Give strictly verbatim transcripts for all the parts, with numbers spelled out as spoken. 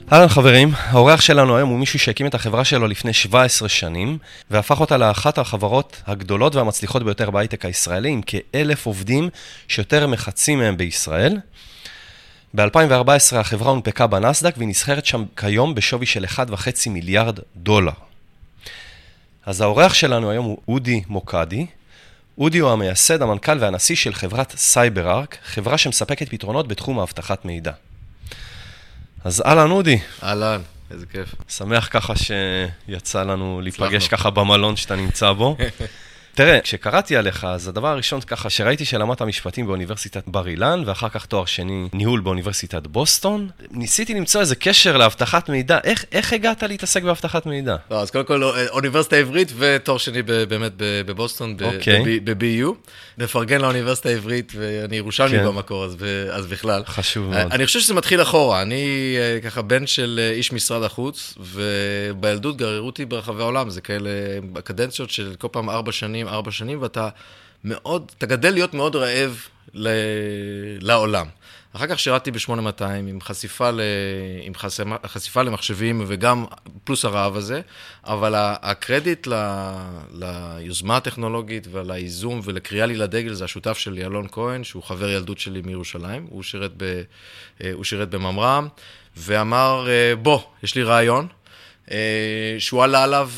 אהלן חברים, האורח שלנו היום הוא מישהו שהקים את החברה שלו לפני שבע עשרה שנים, והפך אותה לאחת החברות הגדולות והמצליחות ביותר בהייטק הישראלי, עם כאלף עובדים שיותר מחצי מהם בישראל. ב-אלפיים וארבע עשרה החברה הונפקה בנסדק, והיא נסחרת שם כיום בשווי של אחד וחצי מיליארד דולר. אז האורח שלנו היום הוא אודי מוקדי. אודי הוא המייסד, המנכ"ל והנשיא של חברת סייברארק, חברה שמספקת פתרונות בתחום האבטחת מידע. אז אהלן אודי. אהלן, איזה כיף. שמח ככה שיצא לנו להיפגש ככה במלון שאתה נמצא בו. תראה, כשקראתי עליך, אז הדבר הראשון ככה שראיתי שלמדת משפטים באוניברסיטת בר אילן, ואחר כך תואר שני ניהול באוניברסיטת בוסטון. ניסיתי למצוא איזה קשר לאבטחת מידע. איך, איך הגעת להתעסק באבטחת מידע? לא, אז קודם כל, אוניברסיטה העברית ותואר שני באמת בבוסטון, ב-בי יו. נפרגן לאוניברסיטה העברית, ואני ירושלמי במקור, אז בכלל. חשוב מאוד. אני חושב שזה מתחיל אחורה. אני ככה בן של איש משרד החוץ, ובילדות גררו אותי ברחבי העולם. זה כאלה הקדנציות של כל פעם ארבע שנים, ארבע שנים, ואתה מאוד, אתה גדל להיות מאוד רעב ל... לעולם. אחר כך שירתי ב-שמונה מאתיים עם חשיפה, ל... עם חשיפה, חשיפה למחשבים וגם פלוס הרעב הזה, אבל הקרדיט ל... ליוזמה הטכנולוגית ולייזום ולקריאה לי לדגל זה השותף שלי, אלון כהן, שהוא חבר ילדות שלי מירושלים, הוא שירת, ב... הוא שירת בממר"ם, ואמר, בוא, יש לי רעיון, שהוא עלה עליו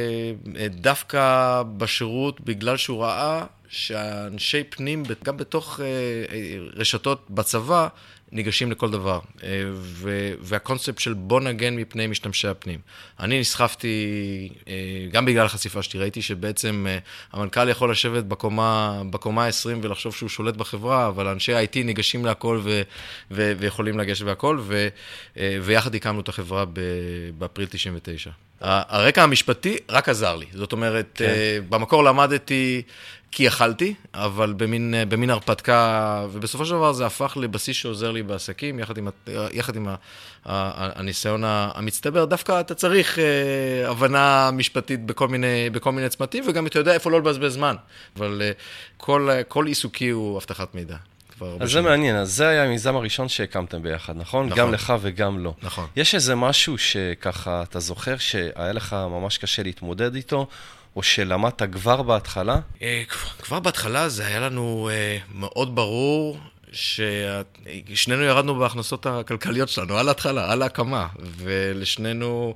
דווקא בשירות בגלל שהוא ראה שאנשי פנים, גם בתוך רשתות בצבא, ניגשים לכל דבר. והקונספט של בוא נגן מפני משתמשי הפנים. אני נסחפתי, גם בגלל החשיפה שלי, ראיתי שבעצם המנכ"ל יכול לשבת בקומה, בקומה עשרים ולחשוב שהוא שולט בחברה, אבל אנשי איי טי ניגשים להכל ו, ו, ויכולים לגשת בהכל, ו, ויחד הקמנו את החברה באפריל תשעים ותשע. הרקע המשפטי רק עזר לי. זאת אומרת, כן. במקור למדתי כי יכלתי, אבל במין, במין הרפתקה, ובסופו של דבר זה הפך לבסיס שעוזר לי בעסקים, יחד עם, יחד עם הניסיון המצטבר. דווקא אתה צריך הבנה משפטית בכל מיני, בכל מיני צמתים, וגם אתה יודע איפה לא לבזבז זמן. אבל כל, כל עיסוקי הוא הבטחת מידע. אז זה מעניין, אז זה היה המיזם הראשון שהקמתם ביחד, נכון? נכון. גם לך וגם לא. נכון. יש איזה משהו שככה אתה זוכר שהיה לך ממש קשה להתמודד איתו, או שלמדת כבר בהתחלה? כבר בהתחלה זה היה לנו מאוד ברור ששנינו ירדנו בהכנסות הכלכליות שלנו, על ההתחלה, על ההקמה, ולשנינו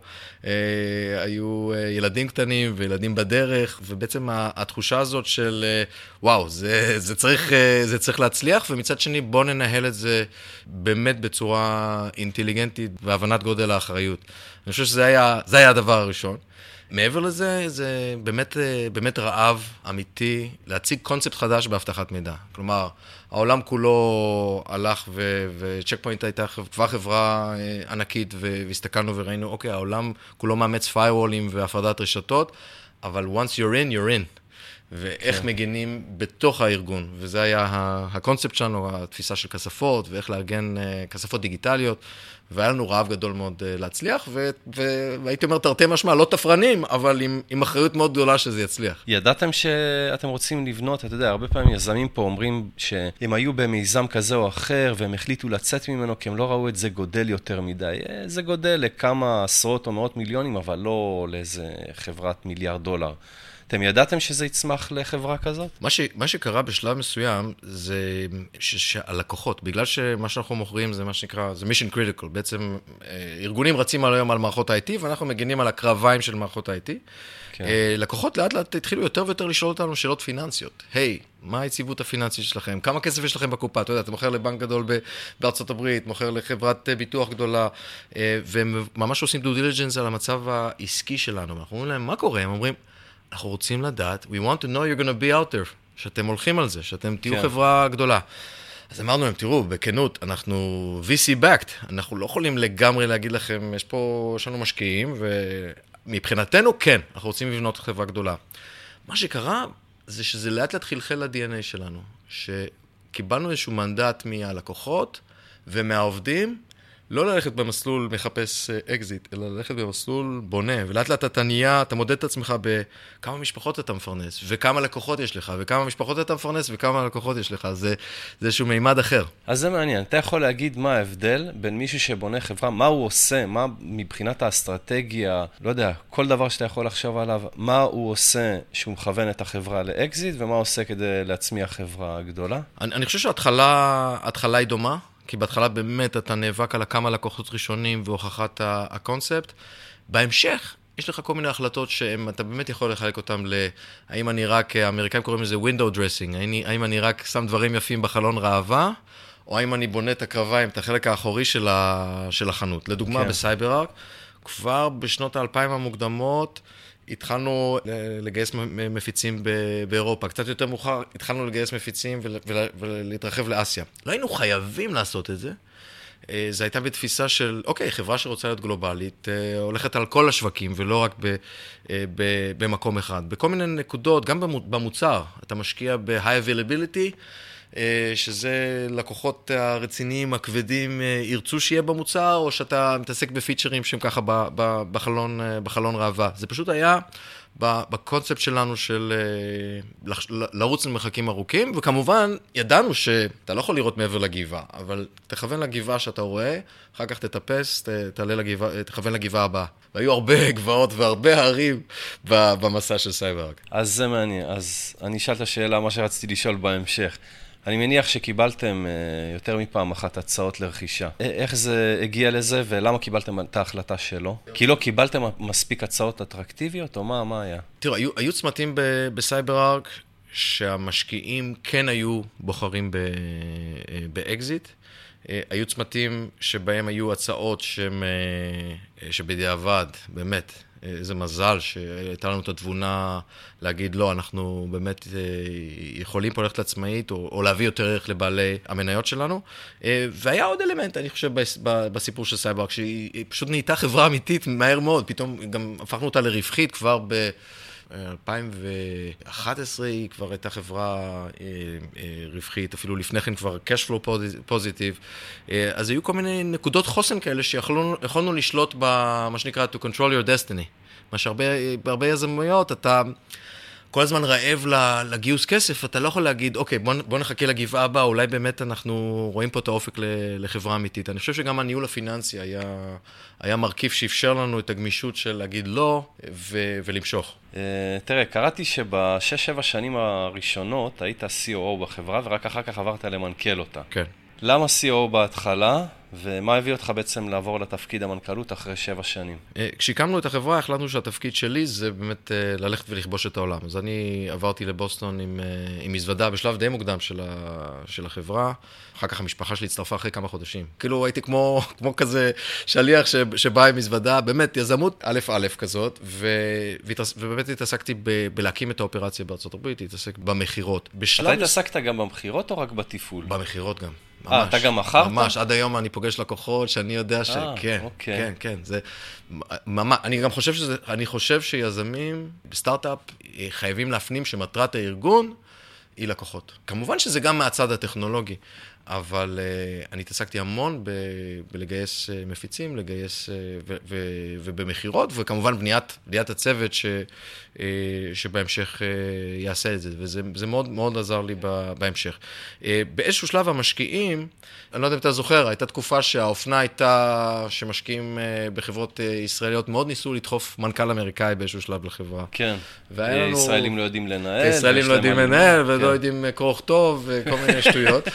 היו ילדים קטנים וילדים בדרך, ובעצם התחושה הזאת של וואו, זה, זה צריך, זה צריך להצליח, ומצד שני בוא ננהל את זה באמת בצורה אינטליגנטית והבנת גודל האחריות. אני חושב שזה היה, זה היה הדבר הראשון. מעבר לזה, זה באמת, באמת רעב אמיתי להציג קונספט חדש בהבטחת מידע. כלומר, העולם כולו הלך וצ'ק פוינט הייתה כבר חברה ענקית, והסתכלנו וראינו, אוקיי, העולם כולו מאמץ firewall'ים והפרדת רשתות, אבל once you're in, you're in. ואיך כן. מגינים בתוך הארגון, וזה היה הקונספט שלנו, התפיסה של כספות, ואיך לארגן כספות דיגיטליות, והיה לנו רעב גדול מאוד להצליח, ו- ו- והייתי אומר, תרתי משמע, לא תפרנים, אבל עם, עם אחריות מאוד גדולה שזה יצליח. ידעתם שאתם רוצים לבנות, אתה יודע, הרבה פעמים יזמים פה אומרים שהם היו במיזם כזה או אחר, והם החליטו לצאת ממנו, כי הם לא ראו את זה גודל יותר מדי. זה גודל לכמה עשרות או מאות מיליונים, אבל לא לאיזה חברת מיליארד דולר. אתם ידעתם שזה יצמח לחברה כזאת? מה, ש, מה שקרה בשלב מסוים זה שהלקוחות, בגלל שמה שאנחנו מוכרים זה מה שנקרא, זה mission critical, בעצם ארגונים רצים על היום על מערכות איי טי, ואנחנו מגינים על הקרביים של מערכות איי טי. כן. לקוחות לאט לאט התחילו יותר ויותר לשאול אותנו שאלות פיננסיות. היי, hey, מה היציבות הפיננסית שלכם? כמה כסף יש לכם בקופה? אתה יודע, אתה מוכר לבנק גדול בארצות הברית, מוכר לחברת ביטוח גדולה, והם ממש עושים due diligence על המצב העסקי שלנו. אנחנו אומרים להם, מה קורה? הם אומרים, אנחנו רוצים לדעת, we want to know you're going to be out there, שאתם הולכים על זה, שאתם תהיו כן. חברה גדולה. אז אמרנו להם, תראו, בכנות, אנחנו וי סי backed, אנחנו לא יכולים לגמרי להגיד לכם, יש פה, יש לנו משקיעים, ומבחינתנו, כן, אנחנו רוצים לבנות חברה גדולה. מה שקרה, זה שזה לאט לאט חלחל ל-די אן איי שלנו, שקיבלנו איזשהו מנדט מהלקוחות ומהעובדים, לא ללכת במסלול מחפש אקזיט, אלא ללכת במסלול בונה, ולאט לאט אתה נהיה, אתה מודד את עצמך בכמה משפחות אתה מפרנס, וכמה לקוחות יש לך, וכמה משפחות אתה מפרנס, וכמה לקוחות יש לך, זה, זה איזשהו מימד אחר. אז זה מעניין, אתה יכול להגיד מה ההבדל בין מישהו שבונה חברה, מה הוא עושה, מה מבחינת האסטרטגיה, לא יודע, כל דבר שאתה יכול לחשוב עליו, מה הוא עושה שהוא מכוון את החברה לאקזיט, ומה הוא עושה כדי להצמיח חברה גדולה? אני, אני חושב שההתחלה, ההתחלה היא דומה, כי בהתחלה באמת אתה נאבק על כמה לקוחות ראשונים והוכחת הקונספט. בהמשך, יש לך כל מיני החלטות שאתה באמת יכול לחלק אותם ל... האם אני רק, האמריקאים קוראים לזה window dressing, האם, האם אני רק שם דברים יפים בחלון ראווה, או האם אני בונה את הקרביים, את החלק האחורי של, ה, של החנות. לדוגמה, okay. בסייברארק, כבר בשנות האלפיים המוקדמות, התחלנו לגייס מפיצים באירופה. קצת יותר מאוחר התחלנו לגייס מפיצים ולהתרחב לאסיה. לא היינו חייבים לעשות את זה. זה הייתה בתפיסה של, אוקיי, חברה שרוצה להיות גלובלית, הולכת על כל השווקים ולא רק ב, ב, במקום אחד. בכל מיני נקודות, גם במוצר, אתה משקיע ב-high availability, שזה לקוחות הרציניים, הכבדים, ירצו שיהיה במוצר, או שאתה מתעסק בפיצ'רים שהם ככה בחלון, בחלון ראווה. זה פשוט היה בקונספט שלנו של לרוץ למרחקים ארוכים, וכמובן ידענו שאתה לא יכול לראות מעבר לגבעה, אבל תכוון לגבעה שאתה רואה, אחר כך תטפס, תעלה לגבעה, תכוון לגבעה הבאה. והיו הרבה גבעות והרבה הרים במסע של סייברארק. אז זה מעניין. אז אני אשאל את השאלה, מה שרציתי לשאול בהמשך. אני מניח שקיבלתם יותר מפעם אחת הצעות לרכישה. איך זה הגיע לזה ולמה קיבלתם את ההחלטה שלו? כי לא קיבלתם מספיק הצעות אטרקטיביות או מה, מה היה? תראו, היו, היו צמתים בסייברארק שהמשקיעים כן היו בוחרים באקזיט. היו צמתים שבהם היו הצעות שהם, שבדיעבד, באמת, איזה מזל שהייתה לנו את התבונה להגיד לא, אנחנו באמת יכולים פה ללכת לעצמאית או, או להביא יותר ערך לבעלי המניות שלנו. והיה עוד אלמנט, אני חושב, בסיפור של סייברארק, שהיא פשוט נהייתה חברה אמיתית מהר מאוד, פתאום גם הפכנו אותה לרווחית כבר ב... אלפיים ואחת עשרה היא כבר הייתה חברה רווחית, אפילו לפני כן כבר cash flow positive, אז היו כל מיני נקודות חוסן כאלה שיכולנו לשלוט במה שנקרא to control your destiny, מה שהרבה יזמויות, אתה כל הזמן רעב לגיוס כסף, אתה לא יכול להגיד, אוקיי, בוא, בוא נחכה לגבעה הבאה, אולי באמת אנחנו רואים פה את האופק לחברה אמיתית. אני חושב שגם הניהול הפיננסי היה, היה מרכיב שאפשר לנו את הגמישות של להגיד לא ו, ולמשוך. תראה, קראתי שבשש שבע שנים הראשונות היית סי או או בחברה, ורק אחר כך עברת למנכ"ל אותה. כן. למה סי או או בהתחלה, ומה הביא אותך בעצם לעבור לתפקיד המנכ"לות אחרי שבע שנים? כשהקמנו את החברה, החלטנו שהתפקיד שלי זה באמת ללכת ולכבוש את העולם. אז אני עברתי לבוסטון עם, עם מזוודה בשלב די מוקדם של, ה, של החברה. אחר כך המשפחה שלי הצטרפה אחרי כמה חודשים. כאילו הייתי כמו, כמו כזה שליח שבא עם מזוודה, באמת יזמות א' א' כזאת, ו, ובאמת התעסקתי ב, בלהקים את האופרציה בארצות הברית, התעסק במחירות. אתה התעסקת גם במחירות או רק בתפעול? במחירות גם. אה, אתה גם מכרת? ממש, עד היום אני פוגש לקוחות שאני יודע שכן, כן, כן, זה ממש, אני גם חושב שזה, אני חושב שיזמים בסטארט-אפ חייבים להפנים שמטרת הארגון היא לקוחות. כמובן שזה גם מהצד הטכנולוגי, אבל uh, אני התעסקתי המון ב- בלגייס uh, מפיצים, לגייס uh, ו- ו- ובמחירות, וכמובן בניית, בניית הצוות ש- uh, שבהמשך uh, יעשה את זה, וזה זה מאוד, מאוד עזר לי בהמשך. Uh, באיזשהו שלב המשקיעים, אני לא יודע אם אתה זוכר, הייתה תקופה שהאופנה הייתה שמשקיעים uh, בחברות uh, ישראליות, מאוד ניסו לדחוף מנכ"ל אמריקאי באיזשהו שלב לחברה. כן, לנו... ישראלים לא יודעים לנהל. ישראלים לא יודעים לנהל, ולא כן. יודעים קרוך טוב, וכל מיני שטויות.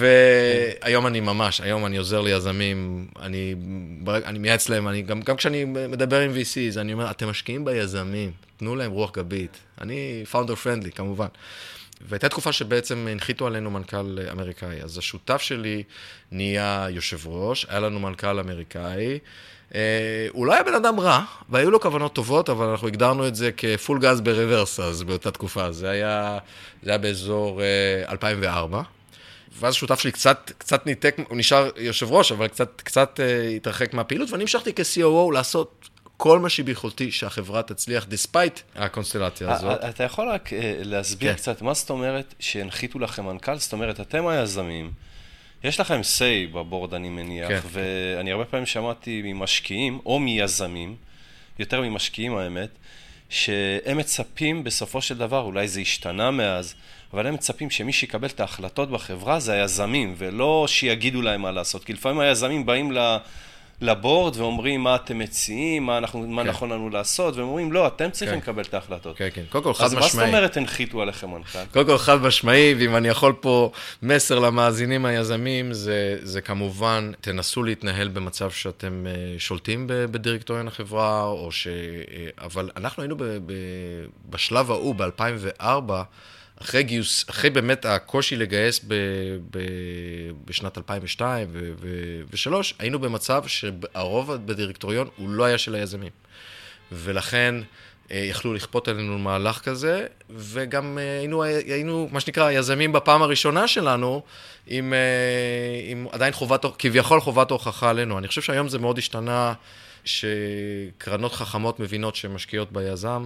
והיום אני ממש, היום אני עוזר ליזמים, אני, אני מייעץ להם, אני, גם, גם כשאני מדבר עם וי סי'ס, אני אומר, אתם משקיעים ביזמים, תנו להם רוח גבית. אני founder friendly, כמובן. והייתה תקופה שבעצם הנחיתו עלינו מנכ"ל אמריקאי. אז השותף שלי נהיה יושב ראש, היה לנו מנכ"ל אמריקאי, הוא לא היה בן אדם רע, והיו לו כוונות טובות, אבל אנחנו הגדרנו את זה כפול גז ברוורס, אז באותה תקופה. זה היה, זה היה באזור אלפיים וארבע. ואז השותף שלי קצת, קצת ניתק, הוא נשאר יושב ראש, אבל קצת, קצת uh, התרחק מהפעילות, ואני המשכתי כ-סי או או לעשות כל מה שביכולתי שהחברה תצליח, דספייט הקונסטלציה הזאת. אתה יכול רק uh, להסביר כן. קצת, מה זאת אומרת שהנחיתו לכם מנכ"ל? זאת אומרת, אתם היזמים, יש לכם say בבורד, אני מניח, כן. ואני הרבה פעמים שמעתי ממשקיעים, או מיזמים, יותר ממשקיעים האמת, שהם מצפים בסופו של דבר, אולי זה השתנה מאז, אבל הם מצפים שמי שיקבל את ההחלטות בחברה זה היזמים, ולא שיגידו להם מה לעשות. כי לפעמים היזמים באים לבורד ואומרים מה אתם מציעים, מה, אנחנו, מה כן. נכון לנו לעשות, והם אומרים, לא, אתם צריכים כן. לקבל את ההחלטות. כן, כן. קודם כל, חד משמעי. אז מה זאת אומרת הנחיתו עליכם מנכ"ל? קודם כל, חד משמעי, ואם אני יכול פה מסר למאזינים היזמים, זה, זה כמובן, תנסו להתנהל במצב שאתם שולטים בדירקטוריון החברה, או ש... אבל אנחנו היינו ב, ב, בשלב ההוא, ב-אלפיים וארבע, אחרי גיוס, אחרי באמת הקושי לגייס ב, ב, בשנת אלפיים ושתיים ו-שלוש, היינו במצב שהרוב בדירקטוריון הוא לא היה של היזמים. ולכן יכלו לכפות עלינו מהלך כזה, וגם היינו, היינו, מה שנקרא, היזמים בפעם הראשונה שלנו, עם, עם עדיין חובת, כביכול חובת הוכחה עלינו. אני חושב שהיום זה מאוד השתנה, שקרנות חכמות מבינות שמשקיעות ביזם,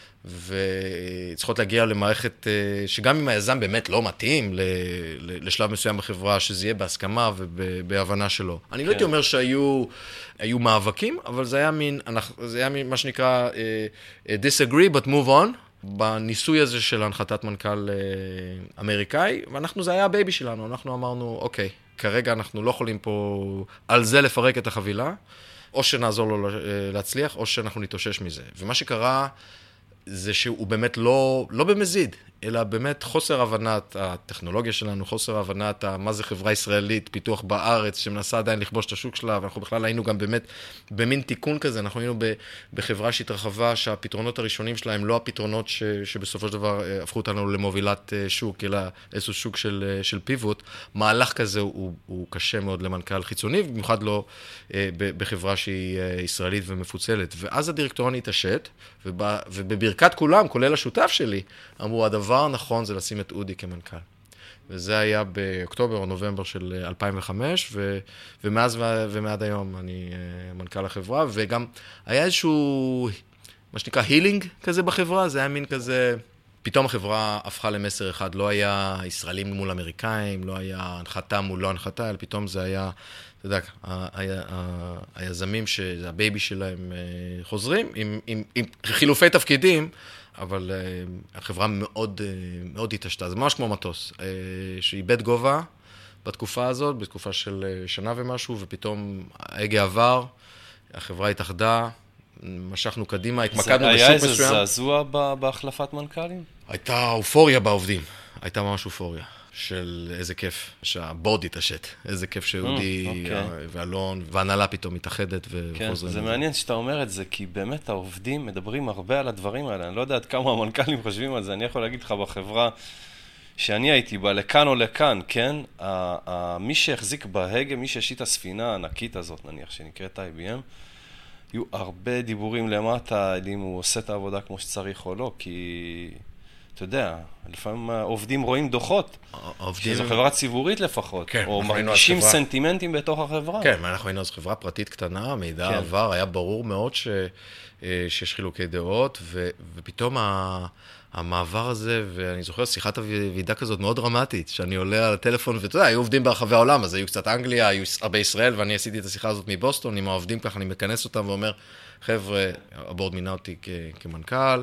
וצריכות להגיע למערכת שגם אם היזם באמת לא מתאים לשלב מסוים בחברה, שזה יהיה בהסכמה ובהבנה שלו. אני לא הייתי אומר שהיו היו מאבקים, אבל זה היה מין, זה היה מין מה שנקרא disagree but move on, בניסוי הזה של הנחתת מנכ"ל אמריקאי, ואנחנו, זה היה הבייבי שלנו, אנחנו אמרנו, אוקיי, כרגע אנחנו לא יכולים פה על זה לפרק את החבילה, או שנעזור לו להצליח, או שאנחנו נתאושש מזה. ומה שקרה, זה שהוא באמת לא, לא במזיד, אלא באמת חוסר הבנת הטכנולוגיה שלנו, חוסר הבנת מה זה חברה ישראלית, פיתוח בארץ, שמנסה עדיין לכבוש את השוק שלה, ואנחנו בכלל היינו גם באמת במין תיקון כזה, אנחנו היינו בחברה שהתרחבה, שהפתרונות הראשונים שלהם לא הפתרונות ש, שבסופו של דבר הפכו אותנו למובילת שוק, אלא איזשהו שוק של, של פיבוט. מהלך כזה הוא, הוא קשה מאוד למנכ"ל חיצוני, במיוחד לא בחברה שהיא ישראלית ומפוצלת. ואז הדירקטוריון התעשת, ובברכת כולם, כולל השותף שלי, אמרו, הדבר הנכון זה לשים את אודי כמנכ"ל. וזה היה באוקטובר או נובמבר של אלפיים וחמש, ו, ומאז ו, ומעד היום אני מנכ"ל החברה, וגם היה איזשהו, מה שנקרא, הילינג כזה בחברה, זה היה מין כזה, פתאום החברה הפכה למסר אחד, לא היה ישראלים מול אמריקאים, לא היה הנחתה מול לא הנחתה, אלא פתאום זה היה, אתה יודע, היזמים שזה הבייבי שלהם חוזרים, עם, עם, עם חילופי תפקידים, אבל uh, החברה מאוד, uh, מאוד התעשתה. זה ממש כמו מטוס, uh, שאיבד גובה בתקופה הזאת, בתקופה של uh, שנה ומשהו, ופתאום ההגה עבר, החברה התאחדה, משכנו קדימה, התמקדנו בשוק מסוים. היה איזה זעזוע בהחלפת מנכ"לים? הייתה אופוריה בעובדים, הייתה ממש אופוריה. של איזה כיף שהבורד התעשת, איזה כיף שאודי mm, okay. ואלון והנהלה פתאום מתאחדת וחוזרים. כן, זה מעניין שאתה אומר את זה, כי באמת העובדים מדברים הרבה על הדברים האלה, אני לא יודע עד כמה המנכ"לים חושבים על זה, אני יכול להגיד לך בחברה שאני הייתי בה, לכאן או לכאן, כן? מי שהחזיק בהגה, מי שהשית הספינה הענקית הזאת, נניח, שנקראת איי בי אם, יהיו הרבה דיבורים למטה, אם הוא עושה את העבודה כמו שצריך או לא, כי אתה יודע, לפעמים העובדים רואים דוחות, שזו חברה ציבורית לפחות, או מרגישים סנטימנטים בתוך החברה. כן, אנחנו היינו אז חברה פרטית קטנה, מידע עבר, היה ברור מאוד שיש חילוקי דעות, ופתאום המעבר הזה, ואני זוכר שיחת הוועידה כזאת מאוד דרמטית, שאני עולה על הטלפון, ואתה יודע, היו עובדים ברחבי העולם, אז היו קצת אנגליה, היו הרבה ישראל, ואני עשיתי את השיחה הזאת מבוסטון, עם העובדים ככה, אני מכנס אותם ואומר, חבר'ה, הבורד מינה אותי כמנכ"ל,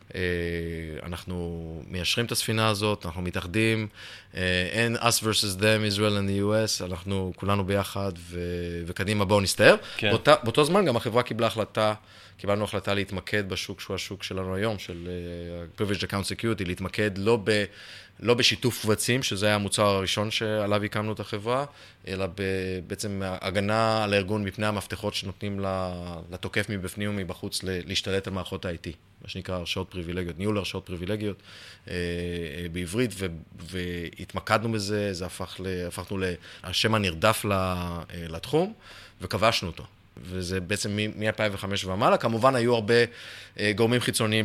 אנחנו מיישרים את הספינה הזאת, אנחנו מתאחדים, אין us versus them, Israel and the U S, אנחנו כולנו ביחד, וקדימה בואו נסתער. באותו זמן גם החברה קיבלה החלטה, קיבלנו החלטה להתמקד בשוק שהוא השוק שלנו היום, של Privileged Account Security, להתמקד לא ב... לא בשיתוף קבצים, שזה היה המוצר הראשון שעליו הקמנו את החברה, אלא בעצם הגנה על הארגון מפני המפתחות שנותנים לתוקף מבפנים ומבחוץ להשתלט על מערכות ה-איי טי, מה שנקרא הרשאות פריבילגיות, ניהול הרשאות פריבילגיות בעברית, והתמקדנו בזה, זה הפך, הפכנו לשם הנרדף לתחום, וכבשנו אותו. וזה בעצם מ-אלפיים וחמש ומעלה, כמובן היו הרבה גורמים חיצוניים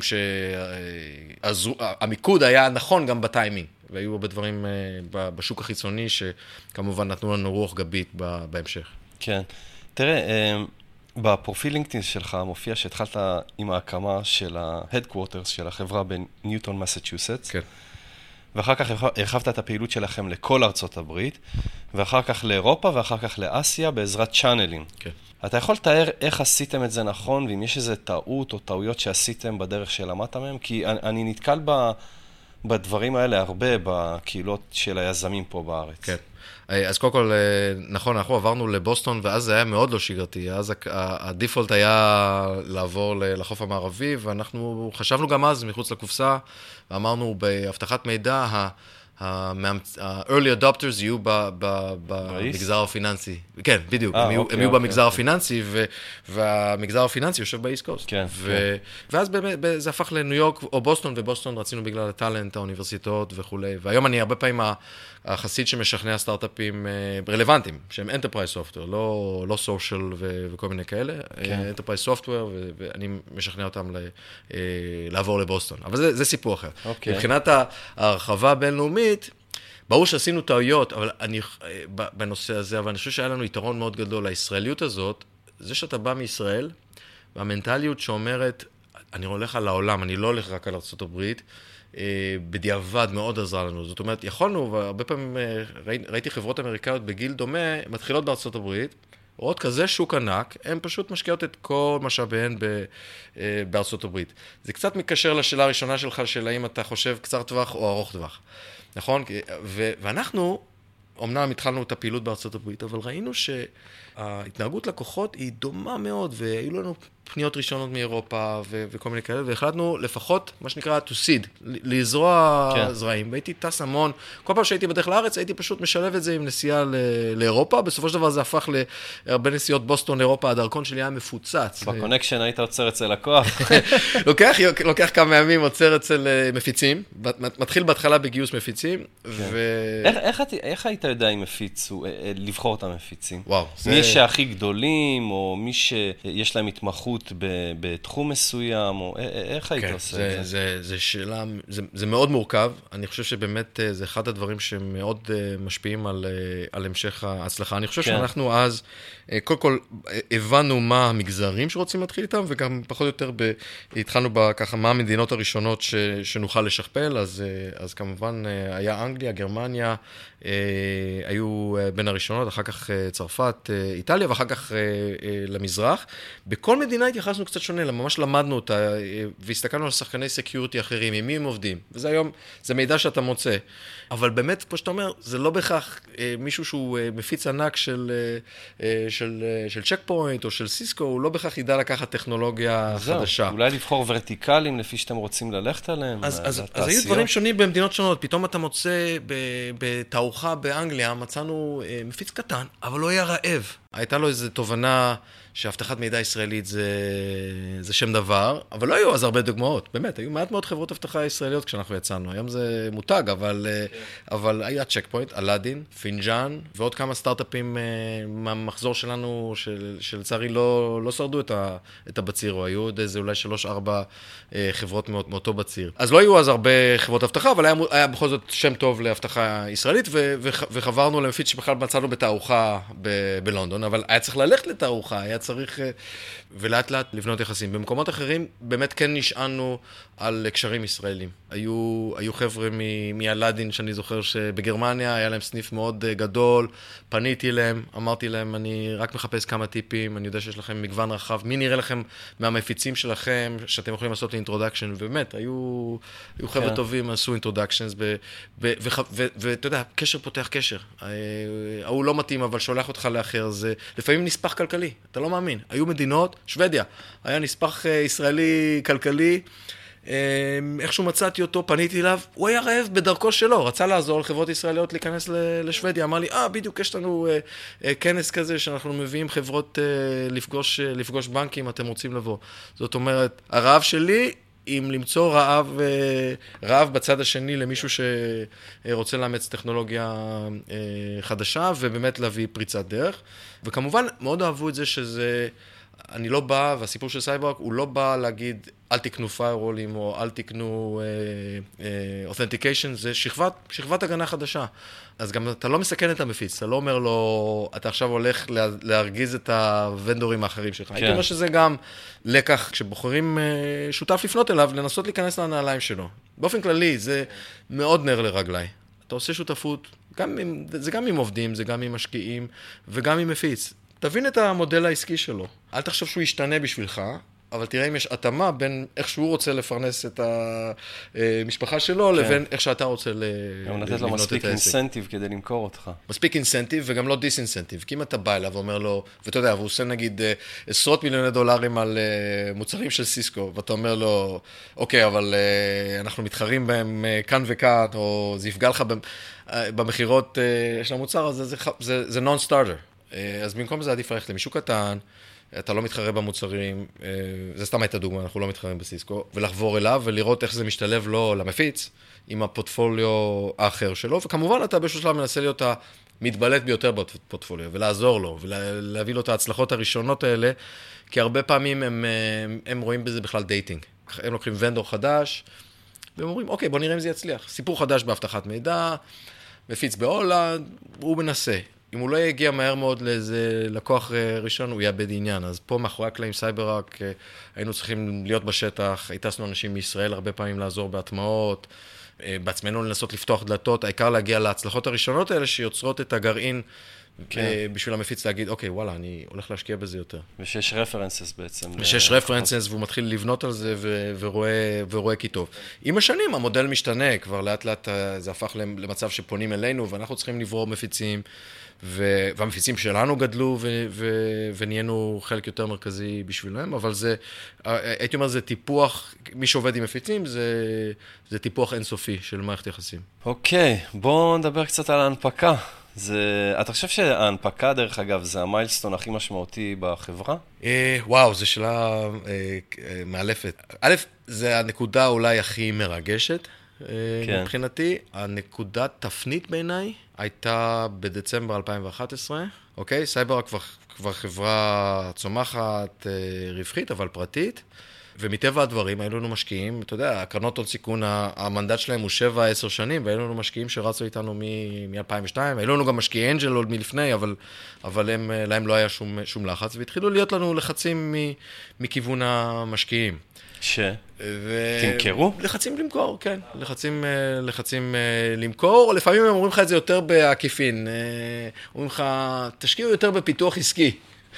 שהמיקוד היה נכון גם בטיימינג, והיו הרבה דברים בשוק החיצוני שכמובן נתנו לנו רוח גבית בהמשך. כן, תראה, בפרופיל לינקדאין שלך מופיע שהתחלת עם ההקמה של ה-Headquarters של החברה בניוטון, מסצ'וסטס, כן. ואחר כך הרחבת את הפעילות שלכם לכל ארצות הברית, ואחר כך לאירופה, ואחר כך לאסיה, בעזרת צ'אנלים. כן. אתה יכול לתאר איך עשיתם את זה נכון, ואם יש איזו טעות או טעויות שעשיתם בדרך שלמדת מהם? כי אני, אני נתקל ב, בדברים האלה הרבה בקהילות של היזמים פה בארץ. כן. אז קודם כל, נכון, אנחנו עברנו לבוסטון, ואז זה היה מאוד לא שגרתי. אז הדיפולט היה לעבור לחוף המערבי, ואנחנו חשבנו גם אז מחוץ לקופסה, ואמרנו בהבטחת מידע, ה-early adopters יהיו במגזר הפיננסי. כן, בדיוק, הם יהיו במגזר הפיננסי, והמגזר הפיננסי יושב באיסט קוסט. ואז באמת זה הפך לניו יורק או בוסטון, ובוסטון רצינו בגלל הטלנט, האוניברסיטות וכו'. והיום אני הרבה פעמים החסיד שמשכנע סטארט-אפים רלוונטיים, שהם enterprise software, לא social וכל מיני כאלה, enterprise software, ואני משכנע אותם לעבור לבוסטון. אבל זה סיפור אחר. מבחינת ההרחבה הבינלאומית, ברור שעשינו טעויות, אבל אני, בנושא הזה, אבל אני חושב שהיה לנו יתרון מאוד גדול. הישראליות הזאת, זה שאתה בא מישראל, והמנטליות שאומרת, אני הולך על העולם, אני לא הולך רק על ארצות הברית, בדיעבד מאוד עזרה לנו. זאת אומרת, יכולנו, והרבה פעמים ראיתי חברות אמריקאיות בגיל דומה, מתחילות בארצות הברית, רואות כזה שוק ענק, הן פשוט משקיעות את כל משאביהן בארצות הברית. זה קצת מתקשר לשאלה הראשונה שלך, של האם אתה חושב קצר טווח או ארוך טווח. נכון? ואנחנו, אמנם התחלנו את הפעילות בארצות הברית, אבל ראינו שההתנהגות לקוחות היא דומה מאוד, והיו לנו פניות ראשונות מאירופה ו- וכל מיני כאלה, והחלטנו לפחות, מה שנקרא, to seed, לזרוע כן. זרעים, והייתי טס המון, כל פעם שהייתי בדרך לארץ, הייתי פשוט משלב את זה עם נסיעה ל- לאירופה, בסופו של דבר זה הפך להרבה נסיעות בוסטון לאירופה, הדרכון שלי היה מפוצץ. בקונקשן היית עוצר אצל לקוח. לוקח, לוקח כמה ימים, עוצר אצל מפיצים, מתחיל בהתחלה בגיוס מפיצים, כן. ו... איך, איך, איך היית יודע אם מפיצו, לבחור את המפיצים? וואו. מי זה... שהכי גדולים, או מי שיש להם התמחות בתחום מסוים, או איך היית עושה את זה? זה שאלה, זה מאוד מורכב. אני חושב שבאמת זה אחד הדברים שמאוד משפיעים על המשך ההצלחה. אני חושב שאנחנו אז, קודם כל, הבנו מה המגזרים שרוצים להתחיל איתם, וגם פחות או יותר התחלנו בככה מה המדינות הראשונות שנוכל לשכפל, אז כמובן היה אנגליה, גרמניה, היו בין הראשונות, אחר כך צרפת, איטליה, ואחר כך למזרח. בכל מדינה התייחסנו קצת שונה, ממש למדנו אותה, והסתכלנו על שחקני סקיוריטי אחרים, עם מי הם עובדים. וזה היום, זה מידע שאתה מוצא. אבל באמת, כמו שאתה אומר, זה לא בכך מישהו שהוא מפיץ ענק של, של, של צ'ק פוינט או של סיסקו, הוא לא בכך ידע לקחת טכנולוגיה חדשה. אולי לבחור ורטיקלים לפי שאתם רוצים ללכת עליהם. אז, אז, אז היו דברים שונים במדינות שונות. פתאום אתה מוצא בתערוכה באנגליה, מצאנו מפיץ קטן, אבל לא היה רעב. הייתה לו איזו תובנה שהבטחת מידע ישראלית זה, זה שם דבר, אבל לא היו אז הרבה דוגמאות, באמת, היו מעט מאוד חברות הבטחה ישראליות כשאנחנו יצאנו, היום זה מותג, אבל, yeah. אבל היה צ'ק פוינט, אלאדין, פינג'אן, ועוד כמה סטארט-אפים מהמחזור שלנו, של, שלצערי לא, לא שרדו את, ה, את הבציר, או היו עוד איזה אולי שלוש, ארבע חברות מאותו בציר. אז לא היו אז הרבה חברות הבטחה, אבל היה, היה בכל זאת שם טוב להבטחה ישראלית, ו, ו, וחברנו למפיץ שבכלל מצאנו בתערוכה ב, בלונדון, אבל היה צריך ללכת לתערוכה, היה צריך ולאט לאט לבנות יחסים. במקומות אחרים באמת כן נשענו על קשרים ישראלים. היו, היו חבר'ה מאלאדין שאני זוכר שבגרמניה היה להם סניף מאוד גדול, פניתי להם, אמרתי להם אני רק מחפש כמה טיפים, אני יודע שיש לכם מגוון רחב, מי נראה לכם מהמפיצים שלכם שאתם יכולים לעשות לאינטרודקשן, ובאמת היו, היו חבר'ה טובים, עשו אינטרודקשנס, ואתה יודע, קשר פותח קשר. הוא לא מתאים אבל שולח אותך לאחר, זה לפעמים נספח כלכלי, אתה לא מאמין. היו מדינות, שוודיה, היה נספח ישראלי כלכלי, איכשהו מצאתי אותו, פניתי אליו, הוא היה רעב בדרכו שלו, רצה לעזור לחברות ישראליות להיכנס לשוודיה, אמר לי, אה, בדיוק, יש לנו כנס כזה שאנחנו מביאים חברות לפגוש, לפגוש בנקים, אתם רוצים לבוא. זאת אומרת, הרעב שלי, אם למצוא רעב, רעב בצד השני למישהו שרוצה לאמץ טכנולוגיה חדשה, ובאמת להביא פריצת דרך. וכמובן, מאוד אהבו את זה שזה, אני לא בא, והסיפור של סייברק, הוא לא בא להגיד, אל תקנו firewall'ים או אל תקנו uh, uh, authentication, זה שכבת, שכבת הגנה חדשה. אז גם אתה לא מסכן את המפיץ, אתה לא אומר לו, אתה עכשיו הולך לה, להרגיז את הוונדורים האחרים שלך. כן. הייתי אומר שזה גם לקח, כשבוחרים uh, שותף לפנות אליו, לנסות להיכנס לנעליים שלו. באופן כללי, זה מאוד נר לרגלי. אתה עושה שותפות, גם עם, זה גם עם עובדים, זה גם עם משקיעים, וגם עם מפיץ. תבין את המודל העסקי שלו. אל תחשוב שהוא ישתנה בשבילך, אבל תראה אם יש התאמה בין איך שהוא רוצה לפרנס את המשפחה שלו, כן. לבין איך שאתה רוצה לבנות את העסק. גם לתת לו מספיק אינסנטיב כדי למכור אותך. מספיק אינסנטיב וגם לא דיסאינסנטיב. כי אם אתה בא אליו ואומר לו, ואתה יודע, והוא עושה נגיד עשרות מיליוני דולרים על מוצרים של סיסקו, ואתה אומר לו, אוקיי, אבל אנחנו מתחרים בהם כאן וכאן, או זה יפגע לך במחירות של המוצר, אז זה, זה, זה non-starter. אז במקום זה עדיף ללכת למישהו קטן, אתה לא מתחרה במוצרים, זה סתם הייתה דוגמה, אנחנו לא מתחרים בסיסקו, ולחבור אליו ולראות איך זה משתלב לו למפיץ, עם הפורטפוליו האחר שלו, וכמובן אתה באיזשהו שלב מנסה להיות המתבלט ביותר בפורטפוליו, ולעזור לו, ולהביא לו את ההצלחות הראשונות האלה, כי הרבה פעמים הם, הם רואים בזה בכלל דייטינג. הם לוקחים ונדור חדש, והם אומרים, אוקיי, בוא נראה אם זה יצליח. סיפור חדש בהבטחת מידע, מפיץ בהולנד, הוא מנסה. אם הוא לא יגיע מהר מאוד לאיזה לקוח ראשון, הוא יאבד עניין. אז פה מאחורי הקלעים סייברק, היינו צריכים להיות בשטח, הייתסנו אנשים מישראל הרבה פעמים לעזור בהטמעות, בעצמנו לנסות לפתוח דלתות, העיקר להגיע להצלחות הראשונות האלה שיוצרות את הגרעין, כן. בשביל המפיץ להגיד, אוקיי, וואלה, אני הולך להשקיע בזה יותר. ושיש רפרנסס בעצם. ושיש רפרנסס, והוא מתחיל לבנות על זה ורואה, ורואה כי טוב. עם השנים המודל משתנה, כבר לאט לאט זה הפך למצב שפונים אלינו, ואנחנו צריכים לברור מפיצים, והמפיצים שלנו גדלו ונהיינו חלק יותר מרכזי בשבילם, אבל זה, הייתי אומר, זה טיפוח, מי שעובד עם מפיצים, זה טיפוח אינסופי של מערכת יחסים. אוקיי, בואו נדבר קצת על ההנפקה. זה, אתה חושב שההנפקה, דרך אגב, זה המיילסטון הכי משמעותי בחברה? וואו, זו שאלה מאלפת. א', זה הנקודה אולי הכי מרגשת. כן. מבחינתי, הנקודת תפנית בעיניי הייתה בדצמבר אלפיים ואחת עשרה, אוקיי? סייברק כבר, כבר חברה צומחת, רווחית, אבל פרטית, ומטבע הדברים, היו לנו משקיעים, אתה יודע, הקרנות הון סיכון, המנדט שלהם הוא שבע עשר שנים, והיו לנו משקיעים שרצו איתנו מ-אלפיים ושתיים, היו לנו גם משקיעי אנג'ל עוד מלפני, אבל, אבל הם, להם לא היה שום, שום לחץ, והתחילו להיות לנו לחצים מכיוון המשקיעים. ש? ו... תמכרו? לחצים למכור, כן. לחצים, לחצים למכור, לפעמים הם אומרים לך את זה יותר בעקיפין. אומרים לך, תשקיעו יותר בפיתוח עסקי.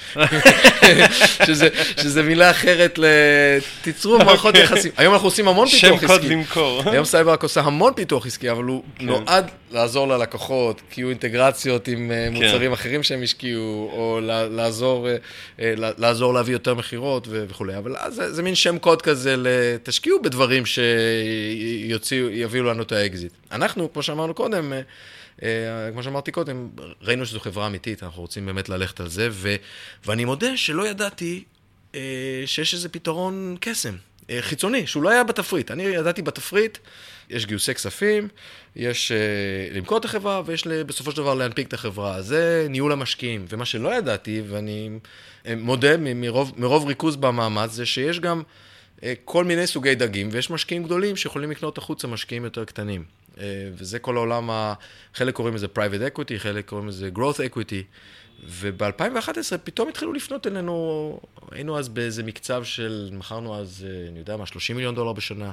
שזה, שזה מילה אחרת, תיצרו מערכות יחסים. היום אנחנו עושים המון פיתוח עסקי. שם קוד למכור. היום סייברק עושה המון פיתוח עסקי, אבל הוא נועד לעזור ללקוחות, כי הוא אינטגרציות עם מוצרים אחרים שהם השקיעו, או לעזור, לעזור להביא יותר מחירות וכו'. אבל זה, זה מין שם קוד כזה, תשקיעו בדברים שיביאו לנו את האקזיט. אנחנו, כמו שאמרנו קודם, כמו שאמרתי קודם, ראינו שזו חברה אמיתית, אנחנו רוצים באמת ללכת על זה, ו... ואני מודה שלא ידעתי שיש איזה פתרון קסם, חיצוני, שהוא לא היה בתפריט. אני ידעתי בתפריט, יש גיוסי כספים, יש למכור את החברה, ויש בסופו של דבר להנפיק את החברה. זה ניהול המשקיעים. ומה שלא ידעתי, ואני מודה מרוב, מרוב ריכוז במאמץ, זה שיש גם כל מיני סוגי דגים, ויש משקיעים גדולים שיכולים לקנות החוצה משקיעים יותר קטנים. וזה כל העולם, חלק קוראים לזה private equity, חלק קוראים לזה growth equity, וב-אלפיים ואחת עשרה פתאום התחילו לפנות אלינו, היינו אז באיזה מקצב של, מכרנו אז, אני יודע מה, שלושים מיליון דולר בשנה,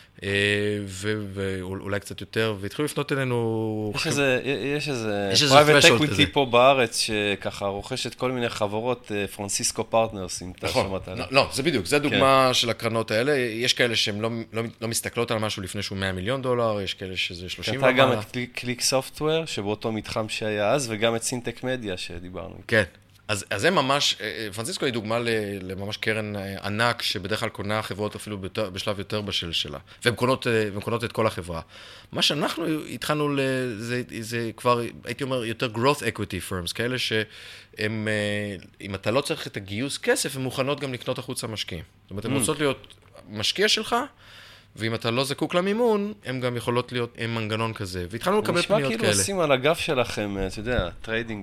ואולי קצת יותר, והתחילו לפנות אלינו... יש איזה private equity פה בארץ, שככה רוכש את כל מיני חברות, פרנסיסקו פרטנרס, אם אתה שמעת עליו. לא, זה בדיוק, זה דוגמה של הקרנות האלה. יש כאלה שהן לא מסתכלות על משהו לפני שהוא מאה מיליון דולר, יש כאלה שזה שלושים ומעלה. אתה גם את קליק סופטוור, שבאותו מתחם שהיה אז, וגם את סינטק מדיה שדיברנו. כן. אז, אז זה ממש, פרנסיסקו היא דוגמה לממש קרן ענק, שבדרך כלל קונה חברות אפילו ביותר, בשלב יותר בשל שלה, והן קונות, והן קונות את כל החברה. מה שאנחנו התחלנו, זה, זה כבר, הייתי אומר, יותר growth equity firms, כאלה שהם, אם אתה לא צריך את הגיוס כסף, הן מוכנות גם לקנות החוצה משקיעים. זאת אומרת, הן רוצות להיות משקיע שלך, ואם אתה לא זקוק למימון, הם גם יכולות להיות עם מנגנון כזה. והתחלנו לקבל פניות כאלה. נשמע כאילו עושים על הגב שלכם, אתה יודע, טריידינג